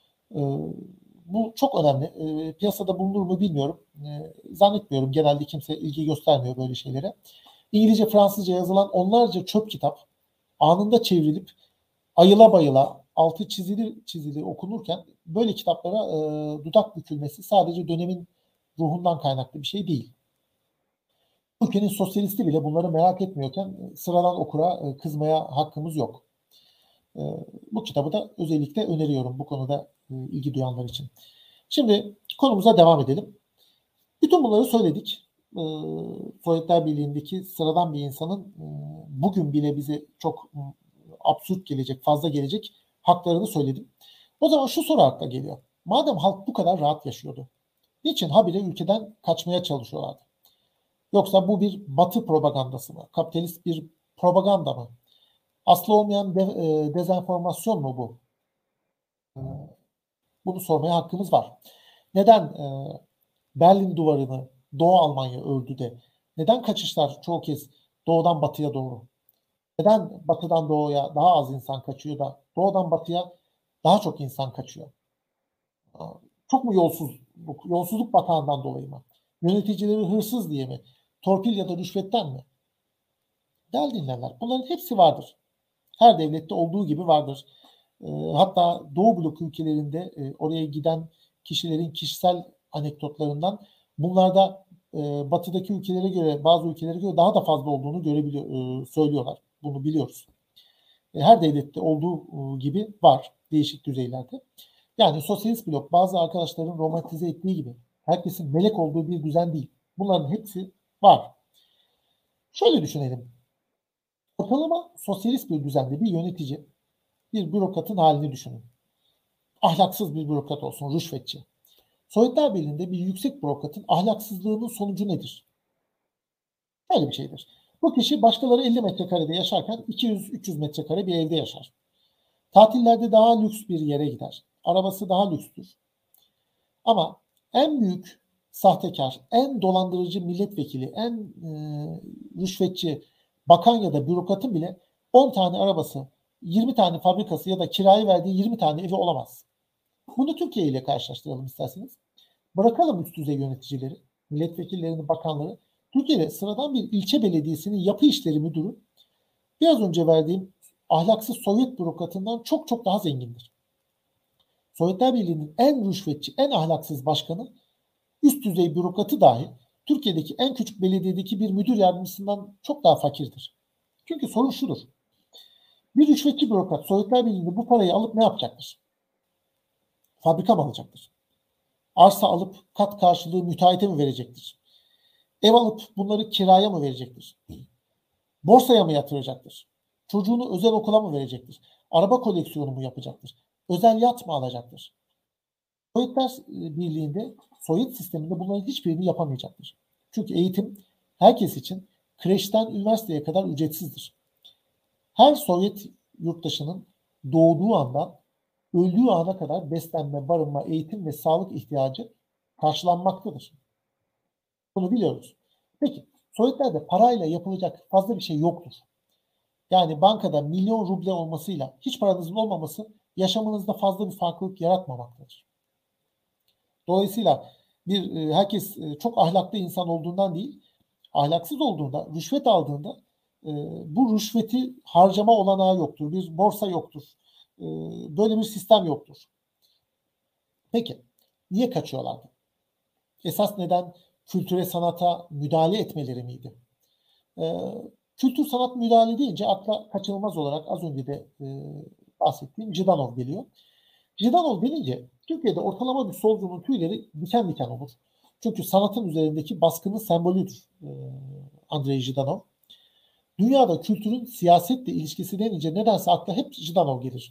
Bu çok önemli. Piyasada bulunur mu bilmiyorum. Zannetmiyorum. Genelde kimse ilgi göstermiyor böyle şeylere. İngilizce, Fransızca yazılan onlarca çöp kitap anında çevrilip ayıla bayıla altı çizili çizili okunurken böyle kitaplara dudak bükülmesi sadece dönemin ruhundan kaynaklı bir şey değil. Ülkenin sosyalisti bile bunları merak etmiyorken sıradan okura kızmaya hakkımız yok. Bu kitabı da özellikle öneriyorum bu konuda ilgi duyanlar için. Şimdi konumuza devam edelim. Bütün bunları söyledik. Sovyetler Birliği'ndeki sıradan bir insanın bugün bile bize çok absürt gelecek, fazla gelecek haklarını söyledim. O zaman şu soru akla geliyor. Madem halk bu kadar rahat yaşıyordu, niçin habire ülkeden kaçmaya çalışıyorlardı? Yoksa bu bir batı propagandası mı? Kapitalist bir propaganda mı? Aslı olmayan dezenformasyon mu bu? Bunu sormaya hakkımız var. Neden Berlin Duvarı'nı Doğu Almanya ördü de neden kaçışlar çoğu kez doğudan batıya doğru? Neden batıdan doğuya daha az insan kaçıyor da doğudan batıya daha çok insan kaçıyor? Çok mu yolsuzluk batağından dolayı mı? Yöneticileri hırsız diye mi? Torpil ya da rüşvetten mi? Değerli dinleyenler, bunların hepsi vardır. Her devlette olduğu gibi vardır. Hatta Doğu blok ülkelerinde oraya giden kişilerin kişisel anekdotlarından bunlarda batıdaki ülkelere göre, bazı ülkelere göre daha da fazla olduğunu söylüyorlar. Bunu biliyoruz. Her devlette olduğu gibi var değişik düzeylerde. Yani sosyalist blok bazı arkadaşların romantize ettiği gibi herkesin melek olduğu bir düzen değil. Bunların hepsi var. Şöyle düşünelim. Ortalama sosyalist bir düzende bir yönetici, bir bürokratın halini düşünün. Ahlaksız bir bürokrat olsun, rüşvetçi. Sovyetler Birliği'nde bir yüksek bürokratın ahlaksızlığının sonucu nedir? Böyle bir şeydir. Bu kişi başkaları 50 metrekarede yaşarken 200-300 metrekare bir evde yaşar. Tatillerde daha lüks bir yere gider. Arabası daha lükstür. Ama en büyük sahtekar, en dolandırıcı milletvekili, en rüşvetçi bakan ya da bürokratın bile 10 tane arabası, 20 tane fabrikası ya da kiraya verdiği 20 tane evi olamaz. Bunu Türkiye ile karşılaştıralım isterseniz. Bırakalım üst düzey yöneticileri, milletvekillerini, bakanları. Türkiye'de sıradan bir ilçe belediyesinin yapı işleri müdürü biraz önce verdiğim ahlaksız Sovyet bürokratından çok çok daha zengindir. Sovyetler Birliği'nin en rüşvetçi, en ahlaksız başkanı, üst düzey bürokratı dahi Türkiye'deki en küçük belediyedeki bir müdür yardımcısından çok daha fakirdir. Çünkü sorun şudur. Bir rüşvetçi bürokrat Sovyetler Birliği'nde bu parayı alıp ne yapacaktır? Fabrika mı alacaktır? Arsa alıp kat karşılığı müteahhite mi verecektir? Ev alıp bunları kiraya mı verecektir? Borsaya mı yatıracaktır? Çocuğunu özel okula mı verecektir? Araba koleksiyonu mu yapacaktır? Özel yat mı alacaktır? Sovyetler Birliği'nde, Sovyet sisteminde bunların hiçbirini yapamayacaktır. Çünkü eğitim herkes için kreşten üniversiteye kadar ücretsizdir. Her Sovyet yurttaşının doğduğu andan öldüğü ana kadar beslenme, barınma, eğitim ve sağlık ihtiyacı karşılanmaktadır. Bunu biliyoruz. Peki, Sovyetlerde parayla yapılacak fazla bir şey yoktur. Yani bankada milyon ruble olmasıyla hiç paranızın olmaması yaşamınızda fazla bir farklılık yaratmamaktadır. Dolayısıyla herkes çok ahlaklı insan olduğundan değil, ahlaksız olduğunda, rüşvet aldığında bu rüşveti harcama olanağı yoktur. Bir borsa yoktur. Böyle bir sistem yoktur. Peki, niye kaçıyorlardı? Esas neden kültüre, sanata müdahale etmeleri miydi? Kültür sanat müdahale deyince akla kaçınılmaz olarak az önce de bahsettiğim Jdanov geliyor. Jdanov denince Türkiye'de ortalama bir solcunun tüyleri diken diken olur. Çünkü sanatın üzerindeki baskının sembolüdür Andrei Jdanov. Dünyada kültürün siyasetle ilişkisi denince nedense akla hep Jdanov gelir.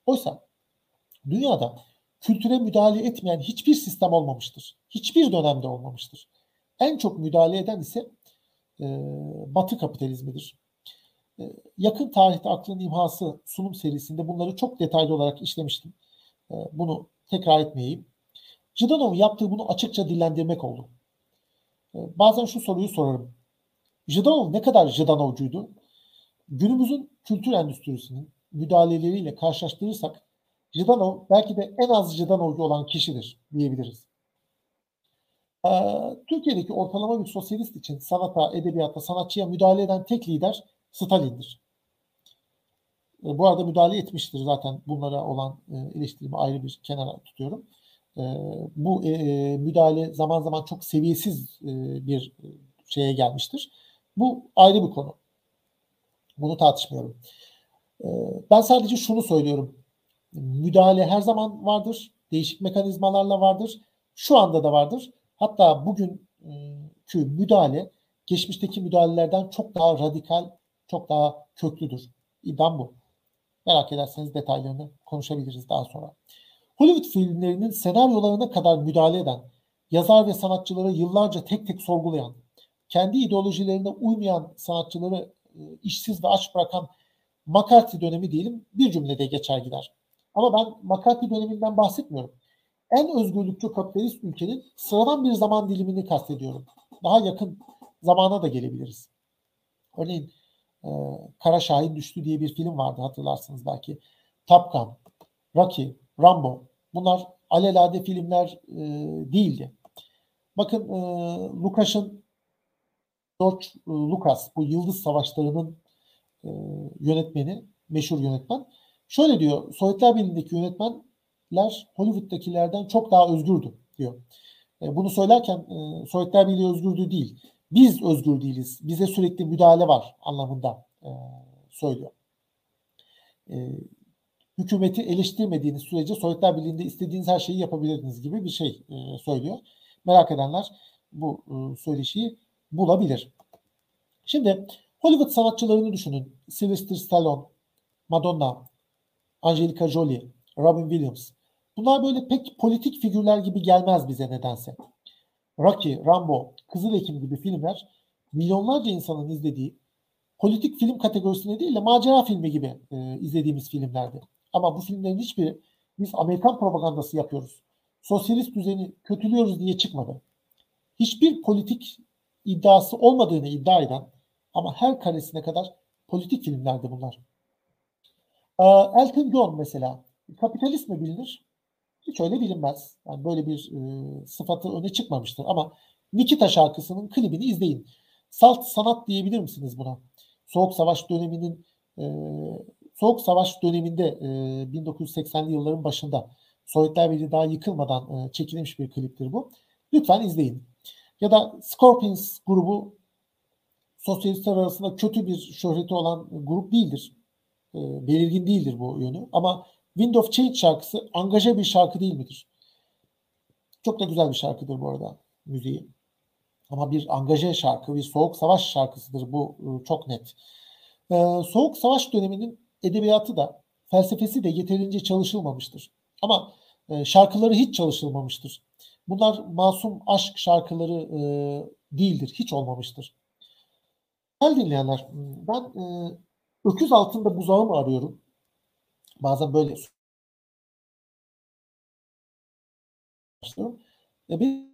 Oysa dünyada kültüre müdahale etmeyen hiçbir sistem olmamıştır. Hiçbir dönemde olmamıştır. En çok müdahale eden ise Batı kapitalizmidir. Yakın tarihte aklın imhası sunum serisinde bunları çok detaylı olarak işlemiştim. Bunu tekrar etmeyeyim. Jdanov'un yaptığı bunu açıkça dillendirmek oldu. Bazen şu soruyu sorarım. Jdanov ne kadar Jdanovcuydu? Günümüzün kültür endüstrisinin müdahaleleriyle karşılaştırırsak Jdanov belki de en az Jdanovcu olan kişidir diyebiliriz. Türkiye'deki ortalama bir sosyalist için sanata, edebiyata, sanatçıya müdahale eden tek lider Stalin'dir. Bu arada müdahale etmiştir zaten, bunlara olan eleştirimi ayrı bir kenara tutuyorum. Bu müdahale zaman zaman çok seviyesiz bir şeye gelmiştir. Bu ayrı bir konu. Bunu tartışmıyorum. Ben sadece şunu söylüyorum. Müdahale her zaman vardır. Değişik mekanizmalarla vardır. Şu anda da vardır. Hatta bugünkü müdahale geçmişteki müdahalelerden çok daha radikal, çok daha köklüdür. İddiam bu. Merak ederseniz detaylarını konuşabiliriz daha sonra. Hollywood filmlerinin senaryolarına kadar müdahale eden, yazar ve sanatçıları yıllarca tek tek sorgulayan, kendi ideolojilerine uymayan sanatçıları işsiz ve aç bırakan McCarthy dönemi diyelim, bir cümlede geçer gider. Ama ben McCarthy döneminden bahsetmiyorum. En özgürlükçü kapitalist ülkenin sıradan bir zaman dilimini kastediyorum. Daha yakın zamana da gelebiliriz. Örneğin Kara Şahin Düştü diye bir film vardı, hatırlarsınız belki. Top Gun, Rocky, Rambo. Bunlar alelade filmler değildi. Bakın George Lucas, bu Yıldız Savaşları'nın yönetmeni, meşhur yönetmen. Şöyle diyor, Sovyetler Birliği'ndeki yönetmenler Hollywood'dakilerden çok daha özgürdü diyor. Bunu söylerken Sovyetler Birliği özgürdü değil, biz özgür değiliz, bize sürekli müdahale var anlamında söylüyor. Hükümeti eleştirmediğiniz sürece Sovyetler Birliği'nde istediğiniz her şeyi yapabilirsiniz gibi bir şey söylüyor. Merak edenler bu söyleşiyi bulabilir. Şimdi Hollywood sanatçılarını düşünün. Sylvester Stallone, Madonna, Angelina Jolie, Robin Williams. Bunlar böyle pek politik figürler gibi gelmez bize nedense. Rocky, Rambo, Kızıl Ekim gibi filmler milyonlarca insanın izlediği politik film kategorisine değil de macera filmi gibi izlediğimiz filmlerdi. Ama bu filmlerin hiçbiri biz Amerikan propagandası yapıyoruz, sosyalist düzeni kötülüyoruz diye çıkmadı. Hiçbir politik iddiası olmadığını iddia eden ama her karesine kadar politik filmlerdi bunlar. Elton John mesela kapitalist mi bilinir? Hiç öyle bilinmez. Yani böyle bir sıfatı öne çıkmamıştır. Ama Nikita şarkısının klibini izleyin. Salt sanat diyebilir misiniz buna? Soğuk Savaş döneminin e, Soğuk Savaş döneminde 1980'li yılların başında Sovyetler Birliği daha yıkılmadan çekilmiş bir kliptir bu. Lütfen izleyin. Ya da Scorpions grubu sosyalistler arasında kötü bir şöhreti olan grup değildir. Belirgin değildir bu yönü. Ama Wind of Change şarkısı angaje bir şarkı değil midir? Çok da güzel bir şarkıdır bu arada, müziği. Ama bir angaje şarkı, bir soğuk savaş şarkısıdır bu, çok net. Soğuk savaş döneminin edebiyatı da felsefesi de yeterince çalışılmamıştır. Ama şarkıları hiç çalışılmamıştır. Bunlar masum aşk şarkıları değildir, hiç olmamıştır. Değerli dinleyenler, ben öküz altında buzağımı arıyorum. Bazen böyle başlıyorum. Bir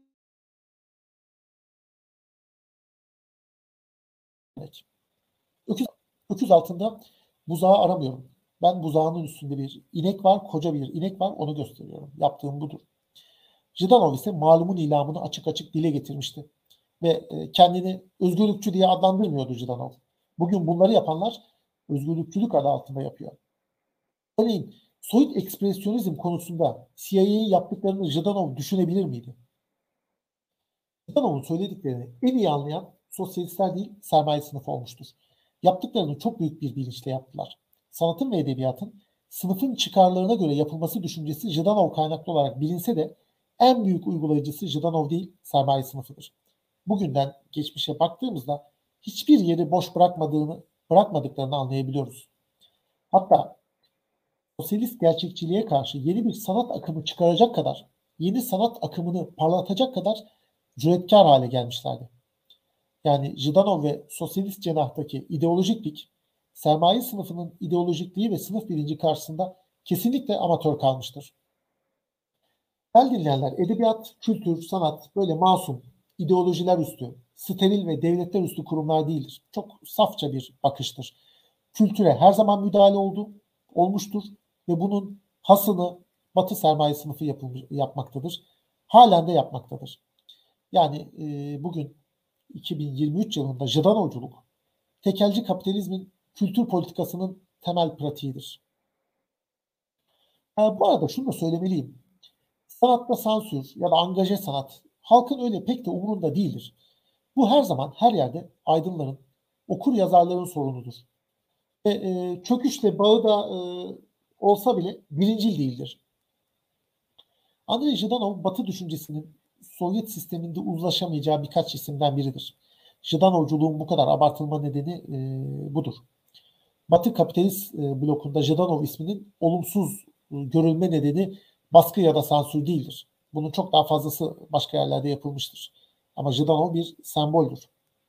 öküz, öküz altında buzağı aramıyorum. Ben buzağının üstünde bir inek var, koca bir inek var, onu gösteriyorum. Yaptığım budur. Jdanov ise malumun ilamını açık açık dile getirmişti. Ve kendini özgürlükçü diye adlandırmıyordu Jdanov. Bugün bunları yapanlar özgürlükçülük adı altında yapıyor. Örneğin soyut ekspresyonizm konusunda CIA'nin yaptıklarını Jdanov düşünebilir miydi? Jdanov'un söylediklerini en iyi anlayan sosyalistler değil, sermaye sınıfı olmuştur. Yaptıklarını çok büyük bir bilinçle yaptılar. Sanatın ve edebiyatın sınıfın çıkarlarına göre yapılması düşüncesi Jdanov kaynaklı olarak bilinse de en büyük uygulayıcısı Jdanov değil, sermaye sınıfıdır. Bugünden geçmişe baktığımızda hiçbir yeri boş bırakmadıklarını anlayabiliyoruz. Hatta sosyalist gerçekçiliğe karşı yeni bir sanat akımı çıkaracak kadar, yeni sanat akımını parlatacak kadar cüretkar hale gelmişlerdi. Yani Jdanov ve sosyalist cenahtaki ideolojiklik, sermaye sınıfının ideolojikliği ve sınıf bilinci karşısında kesinlikle amatör kalmıştır. Bel dinleyenler, edebiyat, kültür, sanat böyle masum, ideolojiler üstü, steril ve devletler üstü kurumlar değildir. Çok safça bir bakıştır. Kültüre her zaman müdahale olmuştur ve bunun hasını Batı sermaye sınıfı yapmaktadır. Halen de yapmaktadır. Yani bugün 2023 yılında Jdanovculuk, tekelci kapitalizmin kültür politikasının temel pratiğidir. Bu arada şunu da söylemeliyim. Sanatta sansür ya da angaje sanat halkın öyle pek de umurunda değildir. Bu her zaman her yerde aydınların, okur yazarların sorunudur. Ve çöküşle bağı da olsa bile birincil değildir. Andrei Jdanov, Batı düşüncesinin Sovyet sisteminde uzlaşamayacağı birkaç isimden biridir. Jdanovculuğun bu kadar abartılma nedeni budur. Batı kapitalist blokunda Jdanov isminin olumsuz görülme nedeni baskı ya da sansür değildir. Bunun çok daha fazlası başka yerlerde yapılmıştır. Ama Jdanov bir semboldür.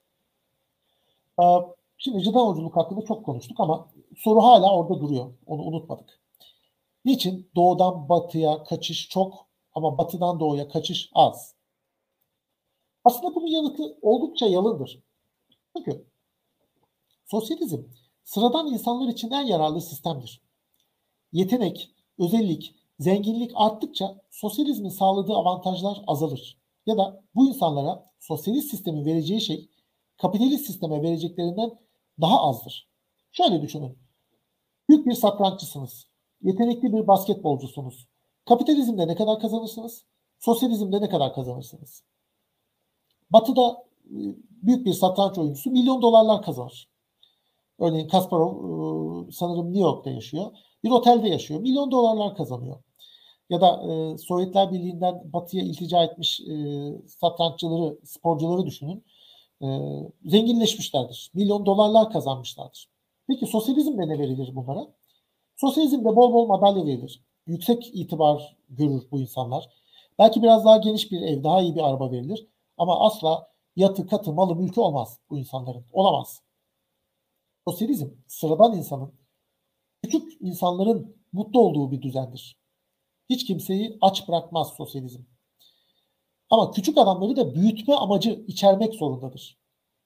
Şimdi Jdanovculuk hakkında çok konuştuk ama soru hala orada duruyor. Onu unutmadık. Niçin doğudan batıya kaçış çok ama batıdan doğuya kaçış az? Aslında bunun yanıtı oldukça yalındır. Çünkü sosyalizm sıradan insanlar için en yararlı sistemdir. Yetenek, özellik, zenginlik arttıkça sosyalizmin sağladığı avantajlar azalır. Ya da bu insanlara sosyalist sistemin vereceği şey kapitalist sisteme vereceklerinden daha azdır. Şöyle düşünün. Büyük bir satranççısınız. Yetenekli bir basketbolcusunuz. Kapitalizmde ne kadar kazanırsınız? Sosyalizmde ne kadar kazanırsınız? Batı'da büyük bir satranç oyuncusu milyon dolarlar kazanır. Örneğin Kasparov sanırım New York'ta yaşıyor. Bir otelde yaşıyor. Milyon dolarlar kazanıyor. Ya da Sovyetler Birliği'nden Batı'ya iltica etmiş satranççıları, sporcuları düşünün. Zenginleşmişlerdir. Milyon dolarlar kazanmışlardır. Peki sosyalizmde ne verilir bunlara? Sosyalizmde bol bol madalya verilir. Yüksek itibar görür bu insanlar. Belki biraz daha geniş bir ev, daha iyi bir araba verilir. Ama asla yatı, katı, malı, mülkü olmaz bu insanların. Olamaz. Sosyalizm sıradan insanın, küçük insanların mutlu olduğu bir düzendir. Hiç kimseyi aç bırakmaz sosyalizm. Ama küçük adamları da büyütme amacı içermek zorundadır.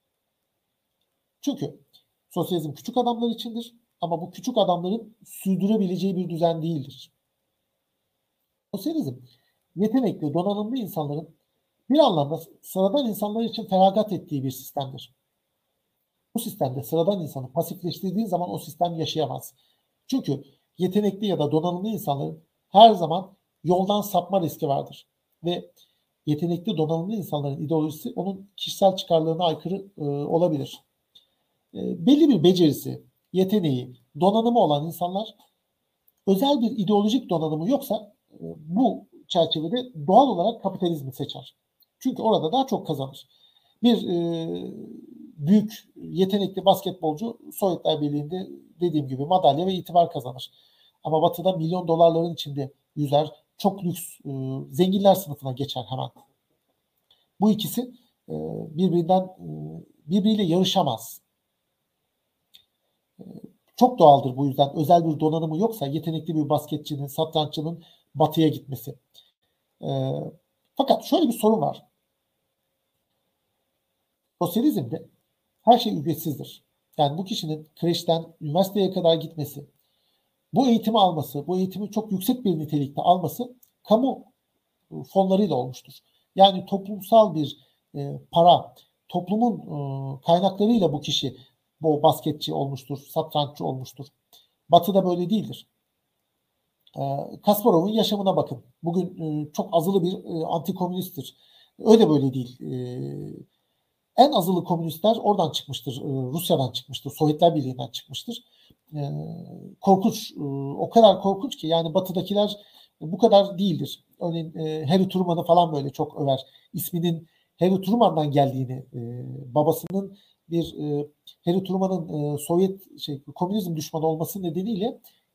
Çünkü sosyalizm küçük adamlar içindir ama bu küçük adamların sürdürebileceği bir düzen değildir. Sosyalizm yetenekli, donanımlı insanların bir anlamda sıradan insanlar için feragat ettiği bir sistemdir. Bu sistemde sıradan insanı pasifleştirdiği zaman o sistem yaşayamaz. Çünkü yetenekli ya da donanımlı insanların her zaman yoldan sapma riski vardır. Ve yetenekli, donanımlı insanların ideolojisi onun kişisel çıkarlarına aykırı olabilir. Belli bir becerisi, yeteneği, donanımı olan insanlar özel bir ideolojik donanımı yoksa bu çerçevede doğal olarak kapitalizmi seçer. Çünkü orada daha çok kazanır. Bir büyük yetenekli basketbolcu Sovyetler Birliği'nde dediğim gibi madalya ve itibar kazanır. Ama Batı'da milyon dolarların içinde yüzer, çok lüks zenginler sınıfına geçer hemen. Bu ikisi birbiriyle yarışamaz. Çok doğaldır bu yüzden özel bir donanımı yoksa yetenekli bir basketçinin, satranççının Batı'ya gitmesi. Fakat şöyle bir sorun var. Sosyalizmde her şey ücretsizdir. Yani bu kişinin kreşten üniversiteye kadar gitmesi, bu eğitimi alması, bu eğitimi çok yüksek bir nitelikte alması kamu fonlarıyla olmuştur. Yani toplumsal bir para, toplumun kaynaklarıyla bu kişi bu basketçi olmuştur, satranççı olmuştur. Batı'da böyle değildir. Kasparov'un yaşamına bakın. Bugün çok azılı bir antikomünisttir. Öyle böyle değil. En azılı komünistler oradan çıkmıştır. Rusya'dan çıkmıştır. Sovyetler Birliği'nden çıkmıştır. Korkunç. O kadar korkunç ki yani Batı'dakiler bu kadar değildir. Örneğin Harry Truman'ı falan böyle çok över. İsminin Harry Truman'dan geldiğini, babasının bir Harry Truman'ın Sovyet komünizm düşmanı olması nedeniyle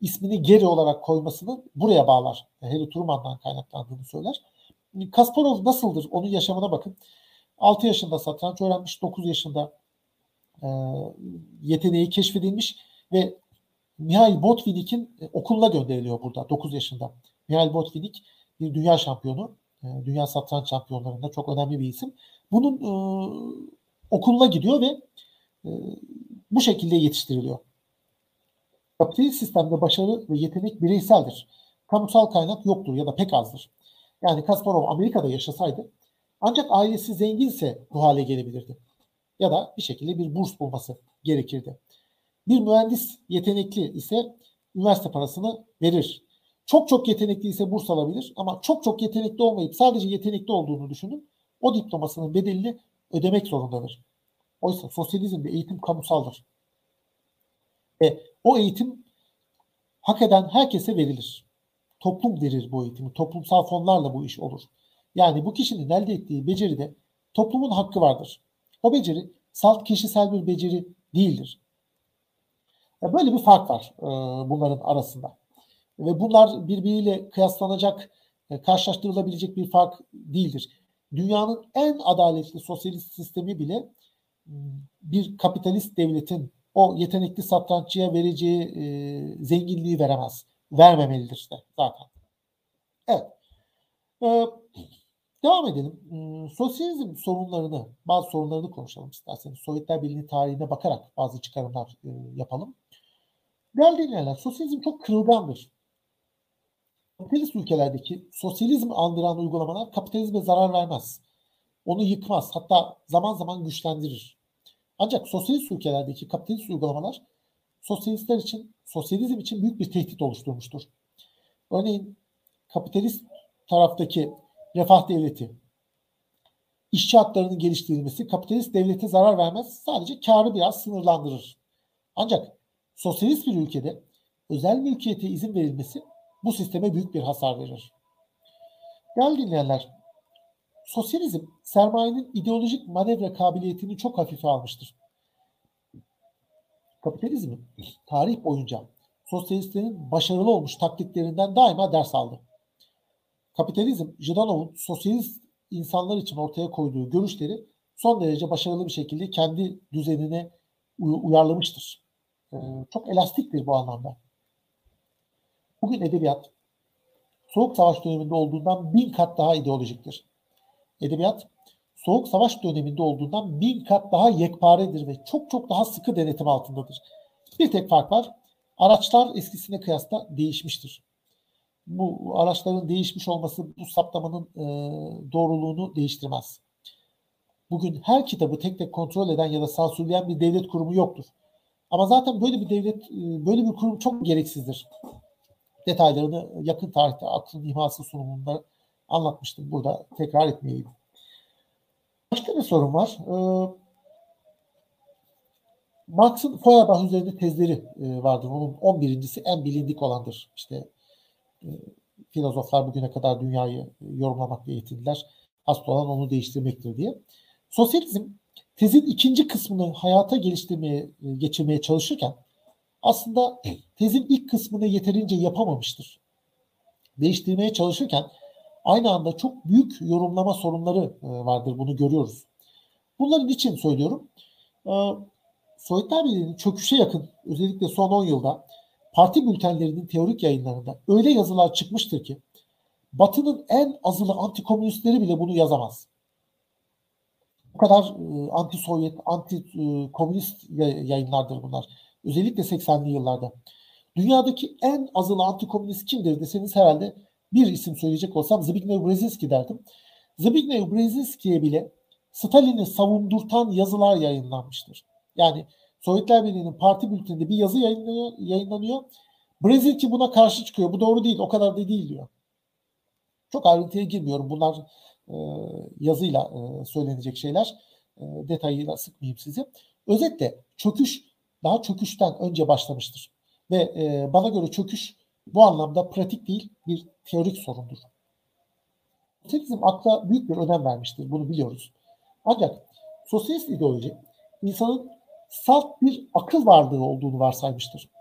ismini Geri olarak koymasını buraya bağlar. Harry Truman'dan kaynaklandığını söyler. Kasparov nasıldır? Onun yaşamına bakın. 6 yaşında satranç öğrenmiş, 9 yaşında yeteneği keşfedilmiş ve Mihail Botvinnik'in okuluna gönderiliyor burada 9 yaşında. Mihail Botvinnik bir dünya şampiyonu. Dünya satranç şampiyonlarında çok önemli bir isim. Bunun okuluna gidiyor ve bu şekilde yetiştiriliyor. Kapitalist sistemde başarı ve yetenek bireyseldir. Kamusal kaynak yoktur ya da pek azdır. Yani Kasparov Amerika'da yaşasaydı ancak ailesi zenginse bu hale gelebilirdi. Ya da bir şekilde bir burs bulması gerekirdi. Bir mühendis yetenekli ise üniversite parasını verir. Çok yetenekli ise burs alabilir ama çok yetenekli olmayıp sadece yetenekli olduğunu düşünün. O diplomasının bedelini ödemek zorundadır. Oysa sosyalizmde eğitim kamusaldır. Ve o eğitim hak eden herkese verilir. Toplum verir bu eğitimi. Toplumsal fonlarla bu iş olur. Yani bu kişinin elde ettiği beceride toplumun hakkı vardır. O beceri salt kişisel bir beceri değildir. Böyle bir fark var bunların arasında. Ve bunlar birbiriyle kıyaslanacak, karşılaştırılabilecek bir fark değildir. Dünyanın en adaletli sosyalist sistemi bile bir kapitalist devletin o yetenekli satranççıya vereceği zenginliği veremez. Vermemelidir işte zaten. Evet. Devam edelim. Sosyalizm sorunlarını, bazı sorunlarını konuşalım isterseniz. Sovyetler Birliği tarihine bakarak bazı çıkarımlar yapalım. Değerli dinleyenler, sosyalizm çok kırılgandır. Kapitalist ülkelerdeki sosyalizm andıran uygulamalar kapitalizme zarar vermez. Onu yıkmaz, hatta zaman zaman güçlendirir. Ancak sosyalist ülkelerdeki kapitalist uygulamalar sosyalistler için, sosyalizm için büyük bir tehdit oluşturmuştur. Örneğin kapitalist taraftaki refah devleti, işçi haklarının geliştirilmesi kapitalist devlete zarar vermez, sadece karı biraz sınırlandırır. Ancak sosyalist bir ülkede özel mülkiyete izin verilmesi bu sisteme büyük bir hasar verir. Değerli dinleyenler, sosyalizm sermayenin ideolojik manevra kabiliyetini çok hafife almıştır. Kapitalizm tarih boyunca sosyalistlerin başarılı olmuş taktiklerinden daima ders aldı. Kapitalizm, Jdanov'un sosyalist insanlar için ortaya koyduğu görüşleri son derece başarılı bir şekilde kendi düzenine uyarlamıştır. Çok elastiktir bu anlamda. Bugün edebiyat, Soğuk Savaş döneminde olduğundan 1000 kat daha ideolojiktir. Edebiyat, Soğuk Savaş döneminde olduğundan 1000 kat daha yekparedir ve çok daha sıkı denetim altındadır. Bir tek fark var, araçlar eskisine kıyasla değişmiştir. Bu araçların değişmiş olması bu saptamanın doğruluğunu değiştirmez. Bugün her kitabı tek tek kontrol eden ya da sansürleyen bir devlet kurumu yoktur. Ama zaten böyle bir devlet, böyle bir kurum çok gereksizdir. Detaylarını yakın tarihte aklın imhası sunumunda anlatmıştım. Burada tekrar etmeyeyim. Başka bir sorun var. Marx'ın Feuerbach üzerinde tezleri vardır. Onun 11.'si en bilindik olandır. İşte filozoflar bugüne kadar dünyayı yorumlamakla yetindiler. Asıl olan onu değiştirmektir diye. Sosyalizm tezin ikinci kısmını hayata geçirmeye çalışırken aslında tezin ilk kısmını yeterince yapamamıştır. Değiştirmeye çalışırken aynı anda çok büyük yorumlama sorunları vardır. Bunu görüyoruz. Bunların için söylüyorum. Sovyetler Birliği'nin çöküşe yakın, özellikle son 10 yılda parti bültenlerinin teorik yayınlarında öyle yazılar çıkmıştır ki Batı'nın en azılı antikomünistleri bile bunu yazamaz. Bu kadar anti-Sovyet, anti-komünist yayınlardır bunlar. Özellikle 80'li yıllarda. Dünyadaki en azılı antikomünist kimdir deseniz herhalde bir isim söyleyecek olsam Zbigniew Brzezinski derdim. Zbigniew Brzezinski'ye bile Stalin'i savundurtan yazılar yayınlanmıştır. Yani Sovyetler Birliği'nin parti bülteninde bir yazı yayınlanıyor. Brzezinski buna karşı çıkıyor. Bu doğru değil, o kadar da değil diyor. Çok ayrıntıya girmiyorum. Bunlar yazıyla söylenecek şeyler. Detayıyla sıkmayayım sizi. Özetle çöküş daha çöküşten önce başlamıştır. Ve bana göre çöküş bu anlamda pratik değil, bir teorik sorundur. Sosyalizm akla büyük bir önem vermiştir. Bunu biliyoruz. Ancak sosyalist ideoloji insanın salt bir akıl varlığı olduğunu varsaymıştır.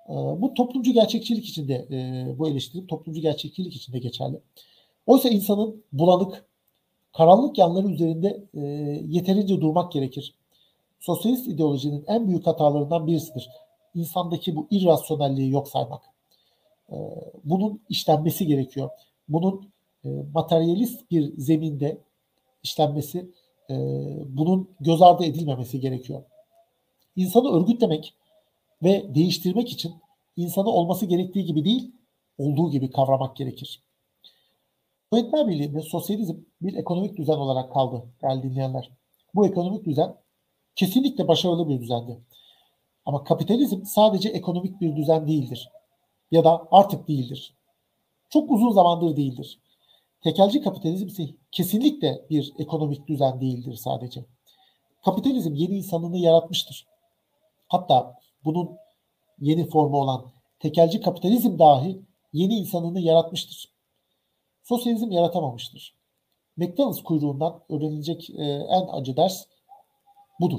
Bu toplumcu gerçekçilik içinde, bu eleştiri toplumcu gerçekçilik içinde geçerli. Oysa insanın bulanık, karanlık yanları üzerinde yeterince durmak gerekir. Sosyalist ideolojinin en büyük hatalarından birisidir. İnsandaki bu irrasyonelliği yok saymak. Bunun işlenmesi gerekiyor. Bunun materyalist bir zeminde işlenmesi, bunun göz ardı edilmemesi gerekiyor. İnsanı örgütlemek ve değiştirmek için insanı olması gerektiği gibi değil, olduğu gibi kavramak gerekir. Sovyetler Birliği'nde sosyalizm bir ekonomik düzen olarak kaldı değerli dinleyenler. Bu ekonomik düzen kesinlikle başarılı bir düzendi. Ama kapitalizm sadece ekonomik bir düzen değildir. Ya da artık değildir. Çok uzun zamandır değildir. Tekelci kapitalizm ise kesinlikle bir ekonomik düzen değildir sadece. Kapitalizm yeni insanını yaratmıştır. Hatta bunun yeni formu olan tekelci kapitalizm dahi yeni insanını yaratmıştır. Sosyalizm yaratamamıştır. McDonald's kuyruğundan öğrenilecek en acı ders budur.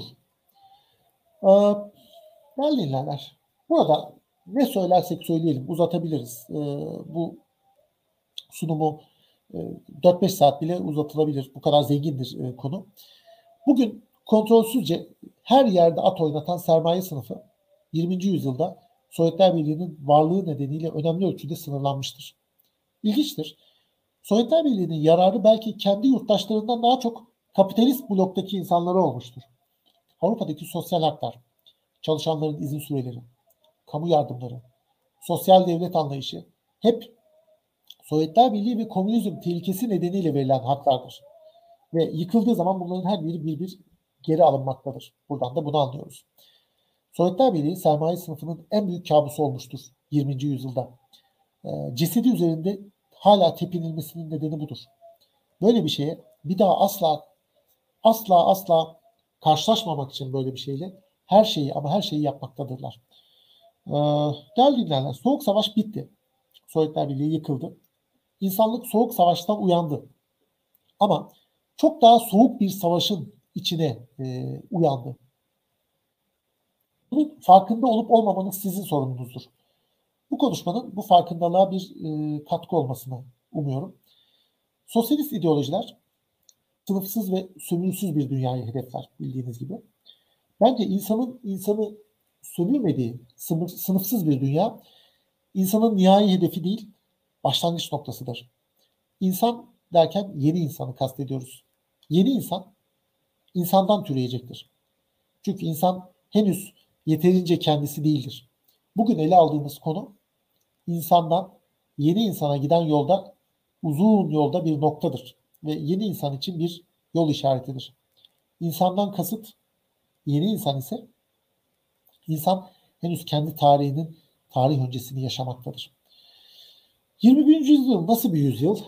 Değerli dinleyenler, burada ne söylersek söyleyelim uzatabiliriz. Bu sunumu 4-5 saat bile uzatılabilir. Bu kadar zengindir konu. Bugün kontrolsüzce her yerde at oynatan sermaye sınıfı 20. yüzyılda Sovyetler Birliği'nin varlığı nedeniyle önemli ölçüde sınırlanmıştır. İlginçtir. Sovyetler Birliği'nin yararı belki kendi yurttaşlarından daha çok kapitalist bloktaki insanlara olmuştur. Avrupa'daki sosyal haklar, çalışanların izin süreleri, kamu yardımları, sosyal devlet anlayışı hep Sovyetler Birliği ve komünizm tehlikesi nedeniyle verilen haklardır. Ve yıkıldığı zaman bunların her biri bir geri alınmaktadır. Buradan da bunu anlıyoruz. Sovyetler Birliği sermaye sınıfının en büyük kabusu olmuştur 20. yüzyılda. Cesedi üzerinde hala tepinilmesinin nedeni budur. Böyle bir şeye bir daha asla karşılaşmamak için böyle bir şeyle her şeyi ama her şeyi yapmaktadırlar. Değerli dinleyenler, Soğuk Savaş bitti. Sovyetler Birliği yıkıldı. İnsanlık Soğuk Savaş'tan uyandı. Ama çok daha soğuk bir savaşın içine uyandı. Bunun farkında olup olmamanız sizin sorununuzdur. Bu konuşmanın bu farkındalığa bir katkı olmasını umuyorum. Sosyalist ideolojiler sınıfsız ve sömürüsüz bir dünyayı hedefler bildiğiniz gibi. Bence insanı sömürmediği sınıfsız bir dünya insanın nihai hedefi değil, başlangıç noktasıdır. İnsan derken yeni insanı kastediyoruz. Yeni insan insandan türeyecektir. Çünkü insan henüz yeterince kendisi değildir. Bugün ele aldığımız konu insandan yeni insana giden yolda uzun yolda bir noktadır ve yeni insan için bir yol işaretidir. İnsandan kasıt yeni insan ise insan henüz kendi tarih öncesini yaşamaktadır. 21. yüzyıl nasıl bir yüzyıl?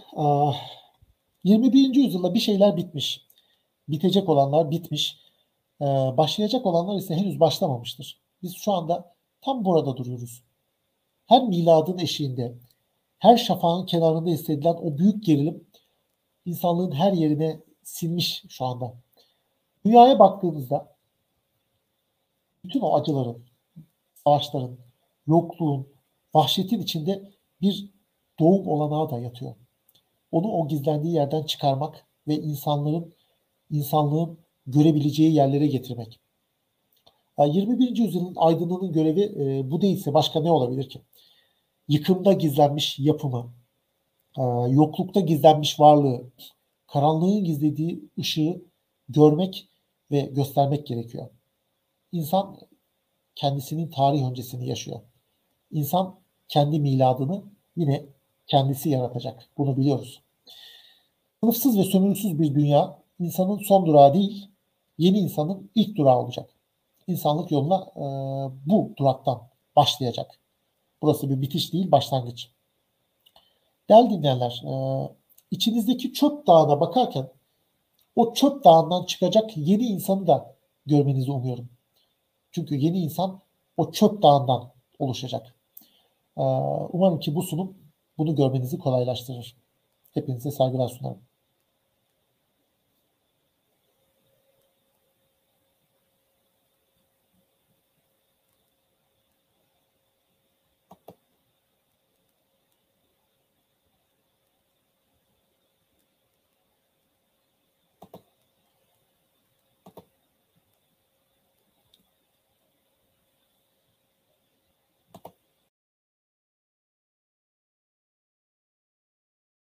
21. yüzyılda bir şeyler bitmiş. Bitecek olanlar bitmiş. Başlayacak olanlar ise henüz başlamamıştır. Biz şu anda tam burada duruyoruz. Her miladın eşiğinde, her şafağın kenarında hissedilen o büyük gerilim insanlığın her yerine sinmiş şu anda. Dünyaya baktığınızda bütün o acıların, savaşların, yokluğun, vahşetin içinde bir doğum olanağı da yatıyor. Onu o gizlendiği yerden çıkarmak ve insanlığın görebileceği yerlere getirmek. 21. yüzyılın aydınlığının görevi bu değilse başka ne olabilir ki? Yıkımda gizlenmiş yapımı, yoklukta gizlenmiş varlığı, karanlığın gizlediği ışığı görmek ve göstermek gerekiyor. İnsan kendisinin tarih öncesini yaşıyor. İnsan kendi miladını yine kendisi yaratacak. Bunu biliyoruz. Sınıfsız ve sömürüsüz bir dünya insanın son durağı değil, yeni insanın ilk durağı olacak. İnsanlık yoluna bu duraktan başlayacak. Burası bir bitiş değil, başlangıç. Değerli dinleyenler, içinizdeki çöp dağına bakarken o çöp dağından çıkacak yeni insanı da görmenizi umuyorum. Çünkü yeni insan o çöp dağından oluşacak. Umarım ki bu sunum bunu görmenizi kolaylaştırır. Hepinize saygılar sunarım.